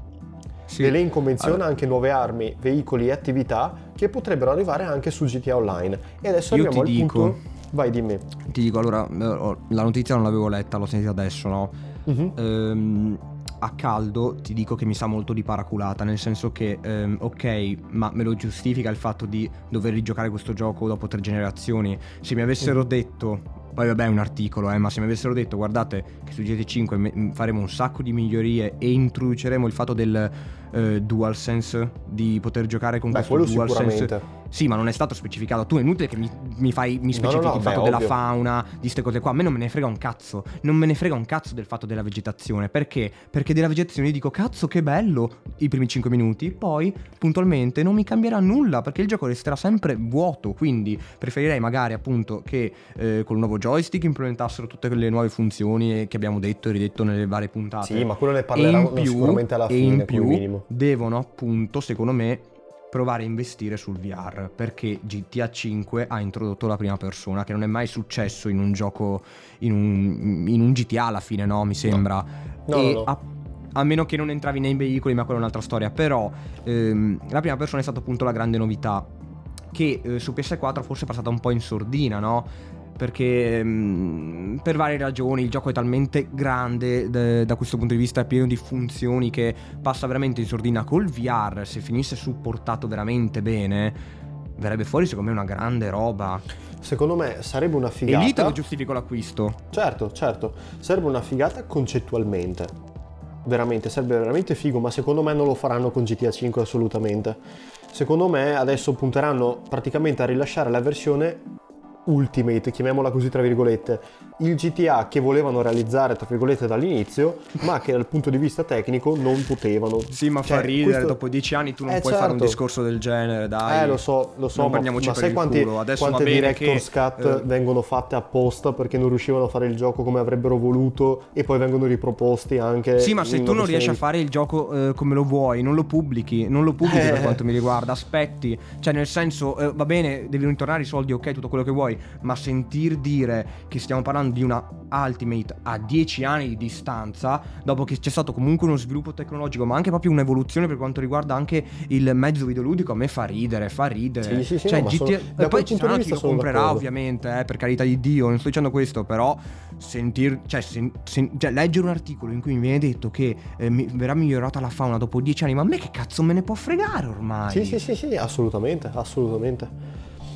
[SPEAKER 3] Sì.
[SPEAKER 2] L'elenco menziona
[SPEAKER 3] Allora,
[SPEAKER 2] anche nuove armi, veicoli e attività che potrebbero arrivare anche su G T A Online. E adesso
[SPEAKER 3] Io
[SPEAKER 2] arriviamo
[SPEAKER 3] ti
[SPEAKER 2] al
[SPEAKER 3] dico-
[SPEAKER 2] punto... Vai, dimmi.
[SPEAKER 3] ti dico, allora, eh, la notizia non l'avevo letta, l'ho sentita adesso, no?
[SPEAKER 2] Mhm.
[SPEAKER 3] Ehm, a caldo ti dico che mi sa molto di paraculata, nel senso che, ehm, ok, ma me lo giustifica il fatto di dover rigiocare questo gioco dopo tre generazioni? Se mi avessero
[SPEAKER 2] Mhm.
[SPEAKER 3] detto, poi vabbè è un articolo, eh, ma se mi avessero detto, guardate che su G T cinque me- faremo un sacco di migliorie e introduceremo il fatto del eh, DualSense, di poter giocare con
[SPEAKER 2] Beh,
[SPEAKER 3] questo
[SPEAKER 2] quello
[SPEAKER 3] DualSense.
[SPEAKER 2] sicuramente.
[SPEAKER 3] Sì, ma non è stato specificato. Tu è inutile che mi, mi fai mi
[SPEAKER 2] No, no,
[SPEAKER 3] specifichi
[SPEAKER 2] no,
[SPEAKER 3] il
[SPEAKER 2] beh,
[SPEAKER 3] fatto della
[SPEAKER 2] ovvio.
[SPEAKER 3] fauna, di ste cose qua. A me non me ne frega un cazzo. Non me ne frega un cazzo del fatto della vegetazione. Perché? Perché della vegetazione dico cazzo che bello i primi cinque minuti, poi puntualmente non mi cambierà nulla perché il gioco resterà sempre vuoto. Quindi preferirei magari appunto che eh, con il nuovo joystick implementassero tutte quelle nuove funzioni che abbiamo detto e ridetto nelle varie puntate.
[SPEAKER 2] Sì, ma quello ne
[SPEAKER 3] E
[SPEAKER 2] parleranno
[SPEAKER 3] in più,
[SPEAKER 2] sicuramente alla
[SPEAKER 3] e
[SPEAKER 2] fine,
[SPEAKER 3] in più
[SPEAKER 2] come minimo.
[SPEAKER 3] devono appunto, secondo me, provare a investire sul V R, perché G T A cinque ha introdotto la prima persona, che non è mai successo in un gioco, in un, in un G T A alla fine, no? Mi sembra.
[SPEAKER 2] No,
[SPEAKER 3] e
[SPEAKER 2] no, no.
[SPEAKER 3] A, a meno che non entravi nei veicoli, ma quella è un'altra storia. Però ehm, la prima persona è stata appunto la grande novità, che eh, su P S quattro forse è passata un po' in sordina, no? Perché mh, per varie ragioni il gioco è talmente grande d- da questo punto di vista, è pieno di funzioni, che passa veramente in sordina. Col V R, se finisse supportato veramente bene, verrebbe fuori secondo me una grande roba.
[SPEAKER 2] Secondo me sarebbe una
[SPEAKER 3] E
[SPEAKER 2] figata.
[SPEAKER 3] lì te lo giustifico l'acquisto.
[SPEAKER 2] Certo, certo, sarebbe una figata concettualmente. Veramente, sarebbe veramente figo, ma secondo me non lo faranno con G T A cinque assolutamente. Secondo me adesso punteranno praticamente a rilasciare la versione Ultimate, chiamiamola così tra virgolette, il G T A che volevano realizzare tra virgolette dall'inizio, ma che dal punto di vista tecnico non potevano.
[SPEAKER 3] Sì, ma
[SPEAKER 2] Cioè,
[SPEAKER 3] fa ridere,
[SPEAKER 2] questo-
[SPEAKER 3] dopo dieci anni tu non
[SPEAKER 2] Eh,
[SPEAKER 3] puoi fare un
[SPEAKER 2] certo.
[SPEAKER 3] discorso del genere, dai.
[SPEAKER 2] Eh, lo so, lo so,
[SPEAKER 3] Non
[SPEAKER 2] ma,
[SPEAKER 3] prendiamoci
[SPEAKER 2] ma
[SPEAKER 3] per
[SPEAKER 2] sai
[SPEAKER 3] il
[SPEAKER 2] quanti,
[SPEAKER 3] culo. Adesso
[SPEAKER 2] quante
[SPEAKER 3] va bene
[SPEAKER 2] director's
[SPEAKER 3] che,
[SPEAKER 2] cut
[SPEAKER 3] eh,
[SPEAKER 2] vengono fatte apposta perché non riuscivano a fare il gioco come avrebbero voluto e poi vengono riproposti anche
[SPEAKER 3] Sì, ma se
[SPEAKER 2] in
[SPEAKER 3] tu
[SPEAKER 2] una
[SPEAKER 3] non riesci a
[SPEAKER 2] versione
[SPEAKER 3] fare il gioco eh, come lo vuoi, non lo pubblichi, non lo pubblichi
[SPEAKER 2] Eh.
[SPEAKER 3] per quanto mi riguarda, aspetti. Cioè, nel senso, eh, va bene, devi ritornare i soldi, ok, tutto quello che vuoi, ma sentir dire che stiamo parlando di una Ultimate a dieci anni di distanza, dopo che c'è stato comunque uno sviluppo tecnologico, ma anche proprio un'evoluzione per quanto riguarda anche il mezzo videoludico, a me fa ridere, fa ridere.
[SPEAKER 2] Sì, sì, sì,
[SPEAKER 3] cioè,
[SPEAKER 2] no, ma
[SPEAKER 3] G T A...
[SPEAKER 2] sono- da
[SPEAKER 3] e poi
[SPEAKER 2] quel
[SPEAKER 3] ci
[SPEAKER 2] punto
[SPEAKER 3] sarà
[SPEAKER 2] di
[SPEAKER 3] chi
[SPEAKER 2] vista
[SPEAKER 3] lo
[SPEAKER 2] sono
[SPEAKER 3] comprerà,
[SPEAKER 2] d'accordo.
[SPEAKER 3] ovviamente, eh, per carità di Dio, non sto dicendo questo, però sentir, cioè, sen- sen- cioè, leggere un articolo in cui mi viene detto che eh, mi- verrà migliorata la fauna dopo dieci anni, ma a me che cazzo me ne può fregare ormai?
[SPEAKER 2] Sì, sì, sì, sì, assolutamente, assolutamente.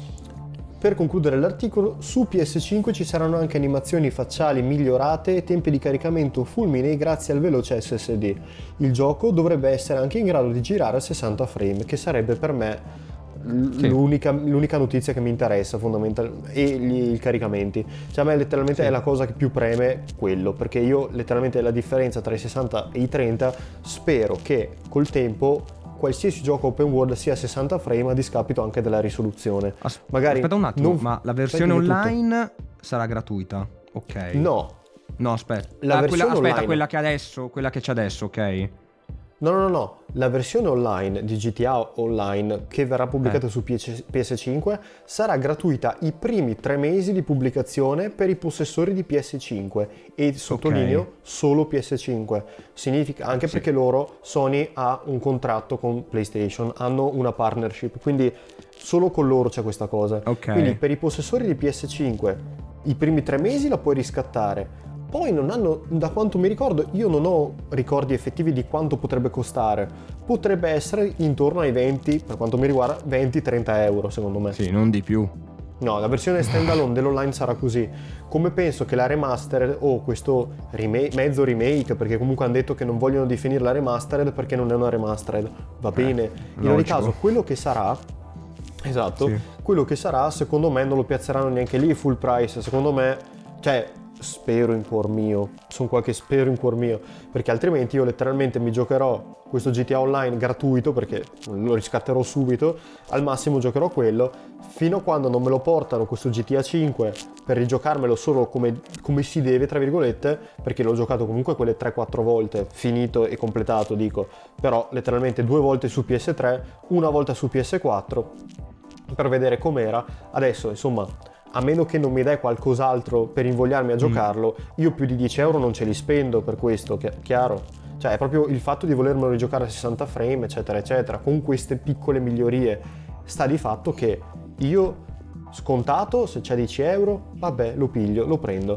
[SPEAKER 2] Per concludere l'articolo, su P S cinque ci saranno anche animazioni facciali migliorate e tempi di caricamento fulminei grazie al veloce S S D. Il gioco dovrebbe essere anche in grado di girare a sessanta frame, che sarebbe per me l-
[SPEAKER 3] Sì.
[SPEAKER 2] l'unica, l'unica notizia che mi interessa fondamentalmente, e gli, i caricamenti. Cioè a me letteralmente
[SPEAKER 3] Sì.
[SPEAKER 2] è la cosa che più preme quello, perché io letteralmente la differenza tra i sessanta e i trenta spero che col tempo qualsiasi gioco open world sia a sessanta frame a discapito anche della risoluzione.
[SPEAKER 3] As-
[SPEAKER 2] Magari
[SPEAKER 3] aspetta un attimo,
[SPEAKER 2] non-
[SPEAKER 3] ma la versione
[SPEAKER 2] Aspetta, dimmi
[SPEAKER 3] online sarà gratuita, ok?
[SPEAKER 2] tutto. No,
[SPEAKER 3] No, aspetta.
[SPEAKER 2] La
[SPEAKER 3] Ah,
[SPEAKER 2] versione
[SPEAKER 3] quella, aspetta,
[SPEAKER 2] online.
[SPEAKER 3] quella che adesso, quella che c'è adesso, ok?
[SPEAKER 2] no, no, no, no. La versione online di G T A Online che verrà pubblicata
[SPEAKER 3] Eh.
[SPEAKER 2] su P S P S cinque sarà gratuita i primi tre mesi di pubblicazione per i possessori di P S cinque e sottolineo
[SPEAKER 3] Ok.
[SPEAKER 2] solo P S cinque. Significa anche
[SPEAKER 3] Sì.
[SPEAKER 2] perché loro, Sony, ha un contratto con PlayStation, hanno una partnership, quindi solo con loro c'è questa cosa.
[SPEAKER 3] Ok.
[SPEAKER 2] Quindi per i possessori di P S cinque i primi tre mesi la puoi riscattare. Poi non hanno, da quanto mi ricordo, io non ho ricordi effettivi di quanto potrebbe costare. Potrebbe essere intorno ai venti, per quanto mi riguarda, venti trenta euro secondo me.
[SPEAKER 3] Sì, non di più.
[SPEAKER 2] No, la versione standalone dell'online sarà così. Come penso che la remastered o questo rema- mezzo remake, perché comunque hanno detto che non vogliono definirla remastered perché non è una remastered, va bene. In ogni
[SPEAKER 3] logico.
[SPEAKER 2] caso, quello che sarà, esatto,
[SPEAKER 3] Sì.
[SPEAKER 2] quello che sarà, secondo me non lo piazzeranno neanche lì full price. Secondo me, cioè, spero in cuor mio, sono qualche spero in cuor mio, perché altrimenti io letteralmente mi giocherò questo G T A Online gratuito, perché lo riscatterò subito, al massimo giocherò quello, fino a quando non me lo portano questo G T A cinque per rigiocarmelo solo come, come si deve, tra virgolette, perché l'ho giocato comunque quelle tre quattro volte, finito e completato dico, però letteralmente due volte su P S tre, una volta su P S quattro, per vedere com'era. Adesso insomma a meno che non mi dai qualcos'altro per invogliarmi a giocarlo, mm. io più di dieci euro non ce li spendo per questo, chi- chiaro? Cioè è proprio il fatto di volermelo rigiocare a sessanta frame, eccetera, eccetera, con queste piccole migliorie. Sta di fatto che io, scontato, se c'è dieci euro, vabbè, lo piglio, lo prendo.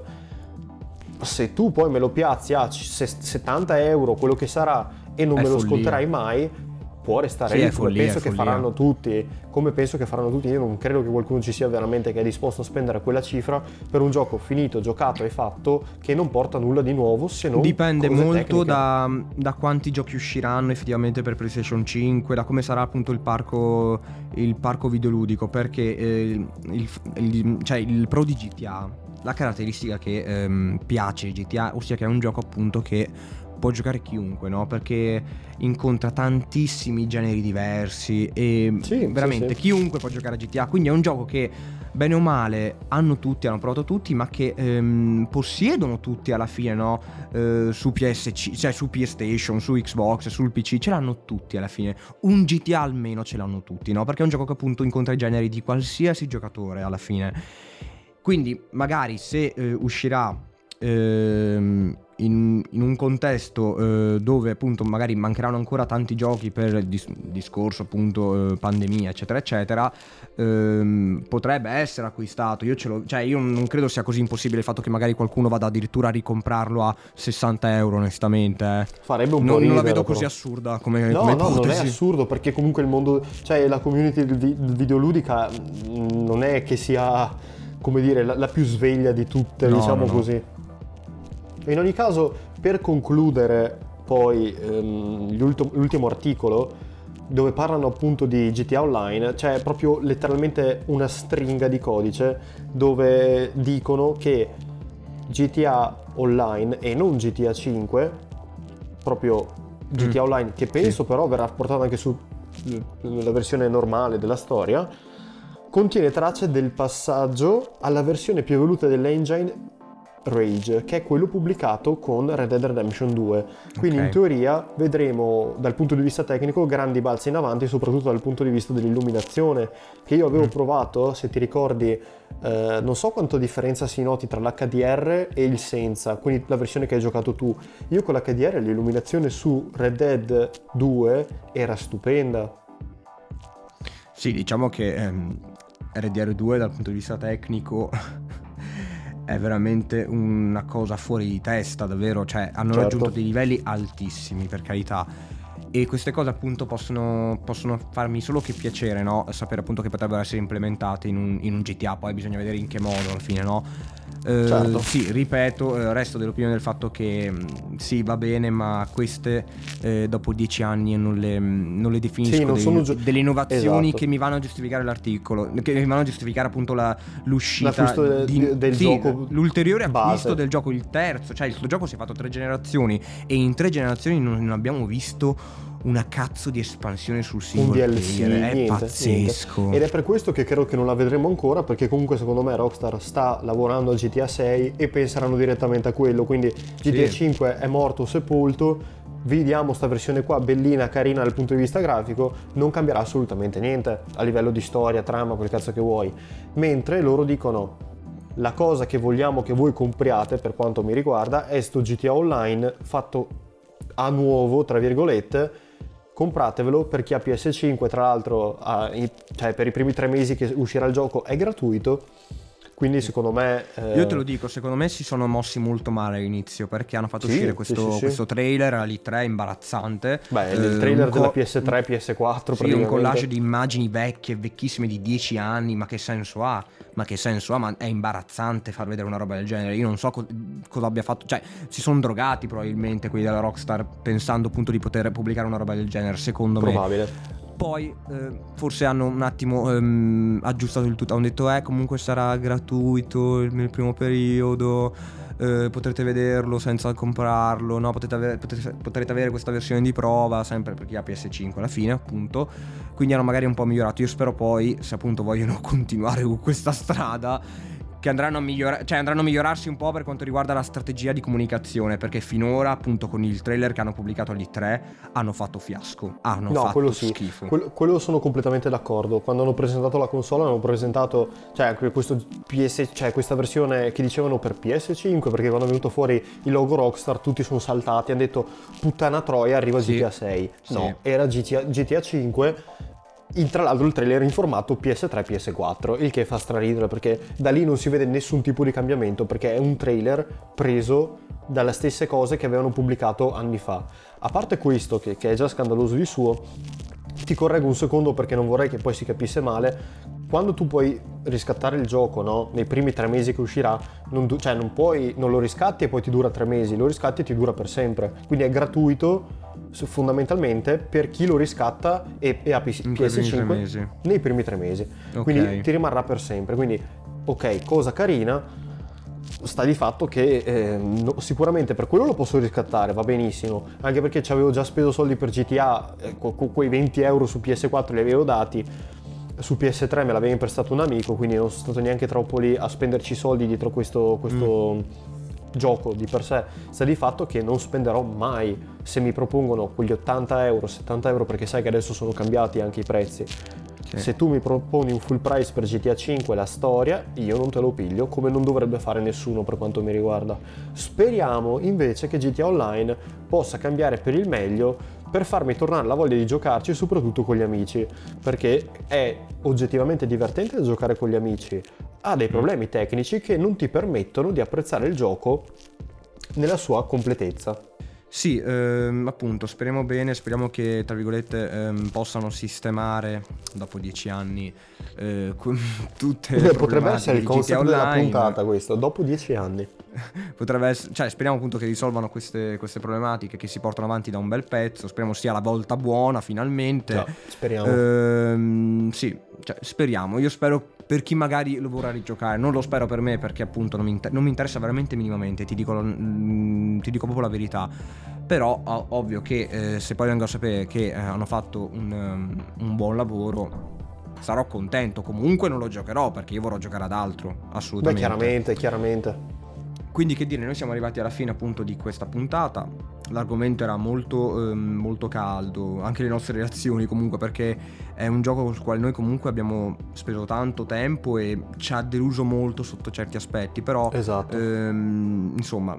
[SPEAKER 2] Se tu poi me lo piazzi a settanta euro, quello che sarà, e non
[SPEAKER 3] È
[SPEAKER 2] me lo
[SPEAKER 3] follia.
[SPEAKER 2] sconterai mai, può restare
[SPEAKER 3] Sì,
[SPEAKER 2] lì,
[SPEAKER 3] è
[SPEAKER 2] come
[SPEAKER 3] follia,
[SPEAKER 2] penso
[SPEAKER 3] è
[SPEAKER 2] che
[SPEAKER 3] follia.
[SPEAKER 2] faranno tutti, come penso che faranno tutti. Io non credo che qualcuno ci sia veramente che è disposto a spendere quella cifra per un gioco finito, giocato e fatto, che non porta nulla di nuovo, se non
[SPEAKER 3] Dipende
[SPEAKER 2] cose
[SPEAKER 3] molto
[SPEAKER 2] tecniche.
[SPEAKER 3] da, da quanti giochi usciranno effettivamente per PlayStation cinque, da come sarà appunto il parco, il parco videoludico, perché eh, il, il, cioè il Pro di G T A, la caratteristica che ehm, piace G T A, ossia che è un gioco appunto che può giocare chiunque, no? Perché incontra tantissimi generi diversi e
[SPEAKER 2] Sì,
[SPEAKER 3] veramente
[SPEAKER 2] sì, sì.
[SPEAKER 3] chiunque può giocare a G T A, quindi è un gioco che bene o male hanno tutti, hanno provato tutti, ma che ehm, possiedono tutti alla fine, no? Eh, su P S C, cioè su PlayStation, su Xbox, sul P C, ce l'hanno tutti alla fine. Un G T A almeno ce l'hanno tutti, no? Perché è un gioco che appunto incontra i generi di qualsiasi giocatore alla fine. Quindi magari se eh, uscirà ehm, in, in un contesto eh, dove appunto magari mancheranno ancora tanti giochi per il dis- discorso appunto eh, pandemia eccetera eccetera, ehm, potrebbe essere acquistato. Io ce l'ho, cioè io non credo sia così impossibile il fatto che magari qualcuno vada addirittura a ricomprarlo a sessanta euro onestamente, eh.
[SPEAKER 2] Farebbe un po'
[SPEAKER 3] non, non la
[SPEAKER 2] ridere,
[SPEAKER 3] vedo
[SPEAKER 2] però.
[SPEAKER 3] così assurda come,
[SPEAKER 2] No,
[SPEAKER 3] come
[SPEAKER 2] no, non è
[SPEAKER 3] ipotesi.
[SPEAKER 2] assurdo, perché comunque il mondo, cioè la community del vi- videoludica mh, non è che sia, come dire, la, la più sveglia di tutte,
[SPEAKER 3] No,
[SPEAKER 2] diciamo
[SPEAKER 3] no, no.
[SPEAKER 2] così. In ogni caso, per concludere poi ehm, gli ultim- l'ultimo articolo, dove parlano appunto di G T A Online, c'è proprio letteralmente una stringa di codice dove dicono che G T A Online e non G T A cinque, proprio G T A
[SPEAKER 3] Mm.
[SPEAKER 2] Online, che penso
[SPEAKER 3] Sì.
[SPEAKER 2] però verrà portato anche sulla versione normale della storia, contiene tracce del passaggio alla versione più evoluta dell'engine Rage, che è quello pubblicato con Red Dead Redemption due. Quindi
[SPEAKER 3] Ok.
[SPEAKER 2] in teoria vedremo dal punto di vista tecnico grandi balzi in avanti, soprattutto dal punto di vista dell'illuminazione, che io avevo
[SPEAKER 3] Mm.
[SPEAKER 2] provato, se ti ricordi, eh, non so quanta differenza si noti tra l'H D R e il senza, quindi la versione che hai giocato tu. Io con l'H D R l'illuminazione su Red Dead due era stupenda.
[SPEAKER 3] Sì, diciamo che ehm, R D R due dal punto di vista tecnico è veramente una cosa fuori di testa, davvero, cioè hanno
[SPEAKER 2] Certo.
[SPEAKER 3] raggiunto dei livelli altissimi, per carità. E queste cose appunto possono, possono farmi solo che piacere, no? Sapere appunto che potrebbero essere implementate in un, in un G T A, poi bisogna vedere in che modo alla fine, no? Eh,
[SPEAKER 2] Certo.
[SPEAKER 3] Sì, ripeto, eh, resto dell'opinione del fatto che mh, sì, va bene, ma queste eh, dopo dieci anni non le, non le definisco
[SPEAKER 2] Sì, non
[SPEAKER 3] dei-
[SPEAKER 2] sono gio-
[SPEAKER 3] delle innovazioni
[SPEAKER 2] Esatto.
[SPEAKER 3] che mi vanno a giustificare l'articolo, che mi vanno a giustificare appunto la, l'uscita
[SPEAKER 2] L'acquisto de-
[SPEAKER 3] di-
[SPEAKER 2] de- del
[SPEAKER 3] sì,
[SPEAKER 2] gioco
[SPEAKER 3] l'ulteriore acquisto
[SPEAKER 2] base.
[SPEAKER 3] del gioco, il terzo, cioè il suo gioco si è fatto tre generazioni e in tre generazioni non, non abbiamo visto una cazzo di espansione sul
[SPEAKER 2] Un
[SPEAKER 3] single
[SPEAKER 2] D L C,
[SPEAKER 3] player, è
[SPEAKER 2] niente,
[SPEAKER 3] pazzesco.
[SPEAKER 2] niente. Ed è per questo che credo che non la vedremo ancora, perché comunque secondo me Rockstar sta lavorando a G T A sei e penseranno direttamente a quello, quindi G T A
[SPEAKER 3] Sì.
[SPEAKER 2] cinque è morto, sepolto, vi diamo sta versione qua bellina, carina dal punto di vista grafico, non cambierà assolutamente niente a livello di storia, trama, quel cazzo che vuoi, mentre loro dicono la cosa che vogliamo che voi compriate, per quanto mi riguarda, è sto G T A Online fatto a nuovo, tra virgolette. Compratevelo, per chi ha P S cinque, tra l'altro ha i- cioè per i primi tre mesi che uscirà il gioco è gratuito, quindi secondo me eh,
[SPEAKER 3] Io te lo dico, secondo me si sono mossi molto male all'inizio perché hanno fatto
[SPEAKER 2] Sì,
[SPEAKER 3] uscire
[SPEAKER 2] sì,
[SPEAKER 3] questo,
[SPEAKER 2] sì, sì.
[SPEAKER 3] questo trailer all'E tre imbarazzante.
[SPEAKER 2] beh,
[SPEAKER 3] Eh,
[SPEAKER 2] il trailer
[SPEAKER 3] un
[SPEAKER 2] della
[SPEAKER 3] co-
[SPEAKER 2] P S tre, P S quattro
[SPEAKER 3] Sì, un
[SPEAKER 2] praticamente.
[SPEAKER 3] collage di immagini vecchie, vecchissime di dieci anni, ma che senso ha? Ma che senso ha? Ma è imbarazzante far vedere una roba del genere. Io non so co- cosa abbia fatto, cioè si sono drogati probabilmente quelli della Rockstar pensando appunto di poter pubblicare una roba del genere, secondo me.
[SPEAKER 2] Probabile.
[SPEAKER 3] Poi eh, forse hanno un attimo ehm, aggiustato il tutto, hanno detto eh comunque sarà gratuito il- nel primo periodo, eh, potrete vederlo senza comprarlo, no? Potete avere, potete- potrete avere questa versione di prova sempre per chi ha P S cinque alla fine appunto, quindi hanno magari un po' migliorato. Io spero poi, se appunto vogliono continuare con questa strada, che andranno a migliorare, cioè andranno a migliorarsi un po' per quanto riguarda la strategia di comunicazione, perché finora appunto con il trailer che hanno pubblicato all'E tre hanno fatto fiasco, hanno
[SPEAKER 2] no,
[SPEAKER 3] fatto
[SPEAKER 2] quello sì.
[SPEAKER 3] schifo.
[SPEAKER 2] Quello, quello sono completamente d'accordo. Quando hanno presentato la console hanno presentato, cioè questo P S, cioè questa versione che dicevano per P S cinque, perché quando è venuto fuori il logo Rockstar tutti sono saltati, hanno detto puttana troia, arriva
[SPEAKER 3] sì.
[SPEAKER 2] G T A sei. No,
[SPEAKER 3] sì.
[SPEAKER 2] era G T A, G T A cinque. In, tra l'altro il trailer in formato P S tre P S quattro, il che fa straridere perché da lì non si vede nessun tipo di cambiamento, perché è un trailer preso dalle stesse cose che avevano pubblicato anni fa. A parte questo, che, che è già scandaloso di suo, ti correggo un secondo perché non vorrei che poi si capisse male. Quando tu puoi riscattare il gioco, no? Nei primi tre mesi che uscirà, non, cioè non puoi, non lo riscatti e poi ti dura tre mesi, lo riscatti e ti dura per sempre. Quindi è gratuito fondamentalmente per chi lo riscatta e, e ha P S cinque nei primi tre mesi. Okay. Quindi ti rimarrà per sempre. Quindi, ok, cosa carina. Sta di fatto che eh, no, sicuramente per quello lo posso riscattare, va benissimo, anche perché ci avevo già speso soldi per G T A, eh, con quei venti euro su P S quattro li avevo dati, su P S tre me l'aveva imprestato un amico, quindi non sono stato neanche troppo lì a spenderci soldi dietro questo, questo mm. gioco di per sé. Sta di fatto che non spenderò mai se mi propongono quegli ottanta euro, settanta euro, perché sai che adesso sono cambiati anche i prezzi. Sì. Se tu mi proponi un full price per G T A cinque la storia, io non te lo piglio, come non dovrebbe fare nessuno per quanto mi riguarda. Speriamo invece che G T A Online possa cambiare per il meglio, per farmi tornare la voglia di giocarci, soprattutto con gli amici, perché è oggettivamente divertente da giocare con gli amici. Ha dei problemi tecnici che non ti permettono di apprezzare il gioco nella sua completezza.
[SPEAKER 3] Sì, ehm, appunto, speriamo bene, speriamo che, tra virgolette, ehm, possano sistemare, dopo dieci anni, eh, tutte le
[SPEAKER 2] potrebbe essere il concept della puntata questo, dopo dieci anni.
[SPEAKER 3] Potrebbe essere, cioè speriamo appunto che risolvano queste, queste problematiche, che si portano avanti da un bel pezzo, speriamo sia la volta buona finalmente.
[SPEAKER 2] No, speriamo.
[SPEAKER 3] Ehm, sì, cioè, speriamo, io spero per chi magari lo vorrà rigiocare, non lo spero per me perché appunto non mi, inter- non mi interessa veramente minimamente, ti dico, mm, ti dico proprio la verità. Però ov- ovvio che eh, se poi vengo a sapere che eh, hanno fatto un, um, un buon lavoro, sarò contento. Comunque non lo giocherò perché io vorrò giocare ad altro, assolutamente.
[SPEAKER 2] Beh, chiaramente, chiaramente.
[SPEAKER 3] Quindi che dire, noi siamo arrivati alla fine appunto di questa puntata. L'argomento era molto, ehm, molto caldo, anche le nostre reazioni comunque, perché è un gioco sul quale noi comunque abbiamo speso tanto tempo e ci ha deluso molto sotto certi aspetti. Però
[SPEAKER 2] esatto.
[SPEAKER 3] ehm, insomma,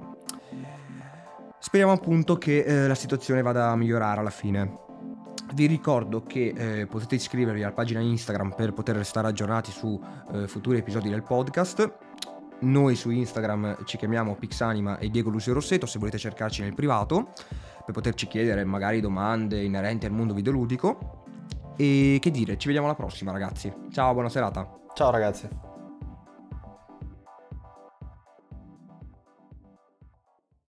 [SPEAKER 3] speriamo appunto che eh, la situazione vada a migliorare alla fine. Vi ricordo che eh, potete iscrivervi alla pagina Instagram per poter restare aggiornati su eh, futuri episodi del podcast. Noi su Instagram ci chiamiamo Pixanima e Diego Lucio Rosseto, se volete cercarci nel privato per poterci chiedere magari domande inerenti al mondo videoludico. E che dire, ci vediamo alla prossima ragazzi. Ciao, buona serata.
[SPEAKER 2] Ciao ragazzi.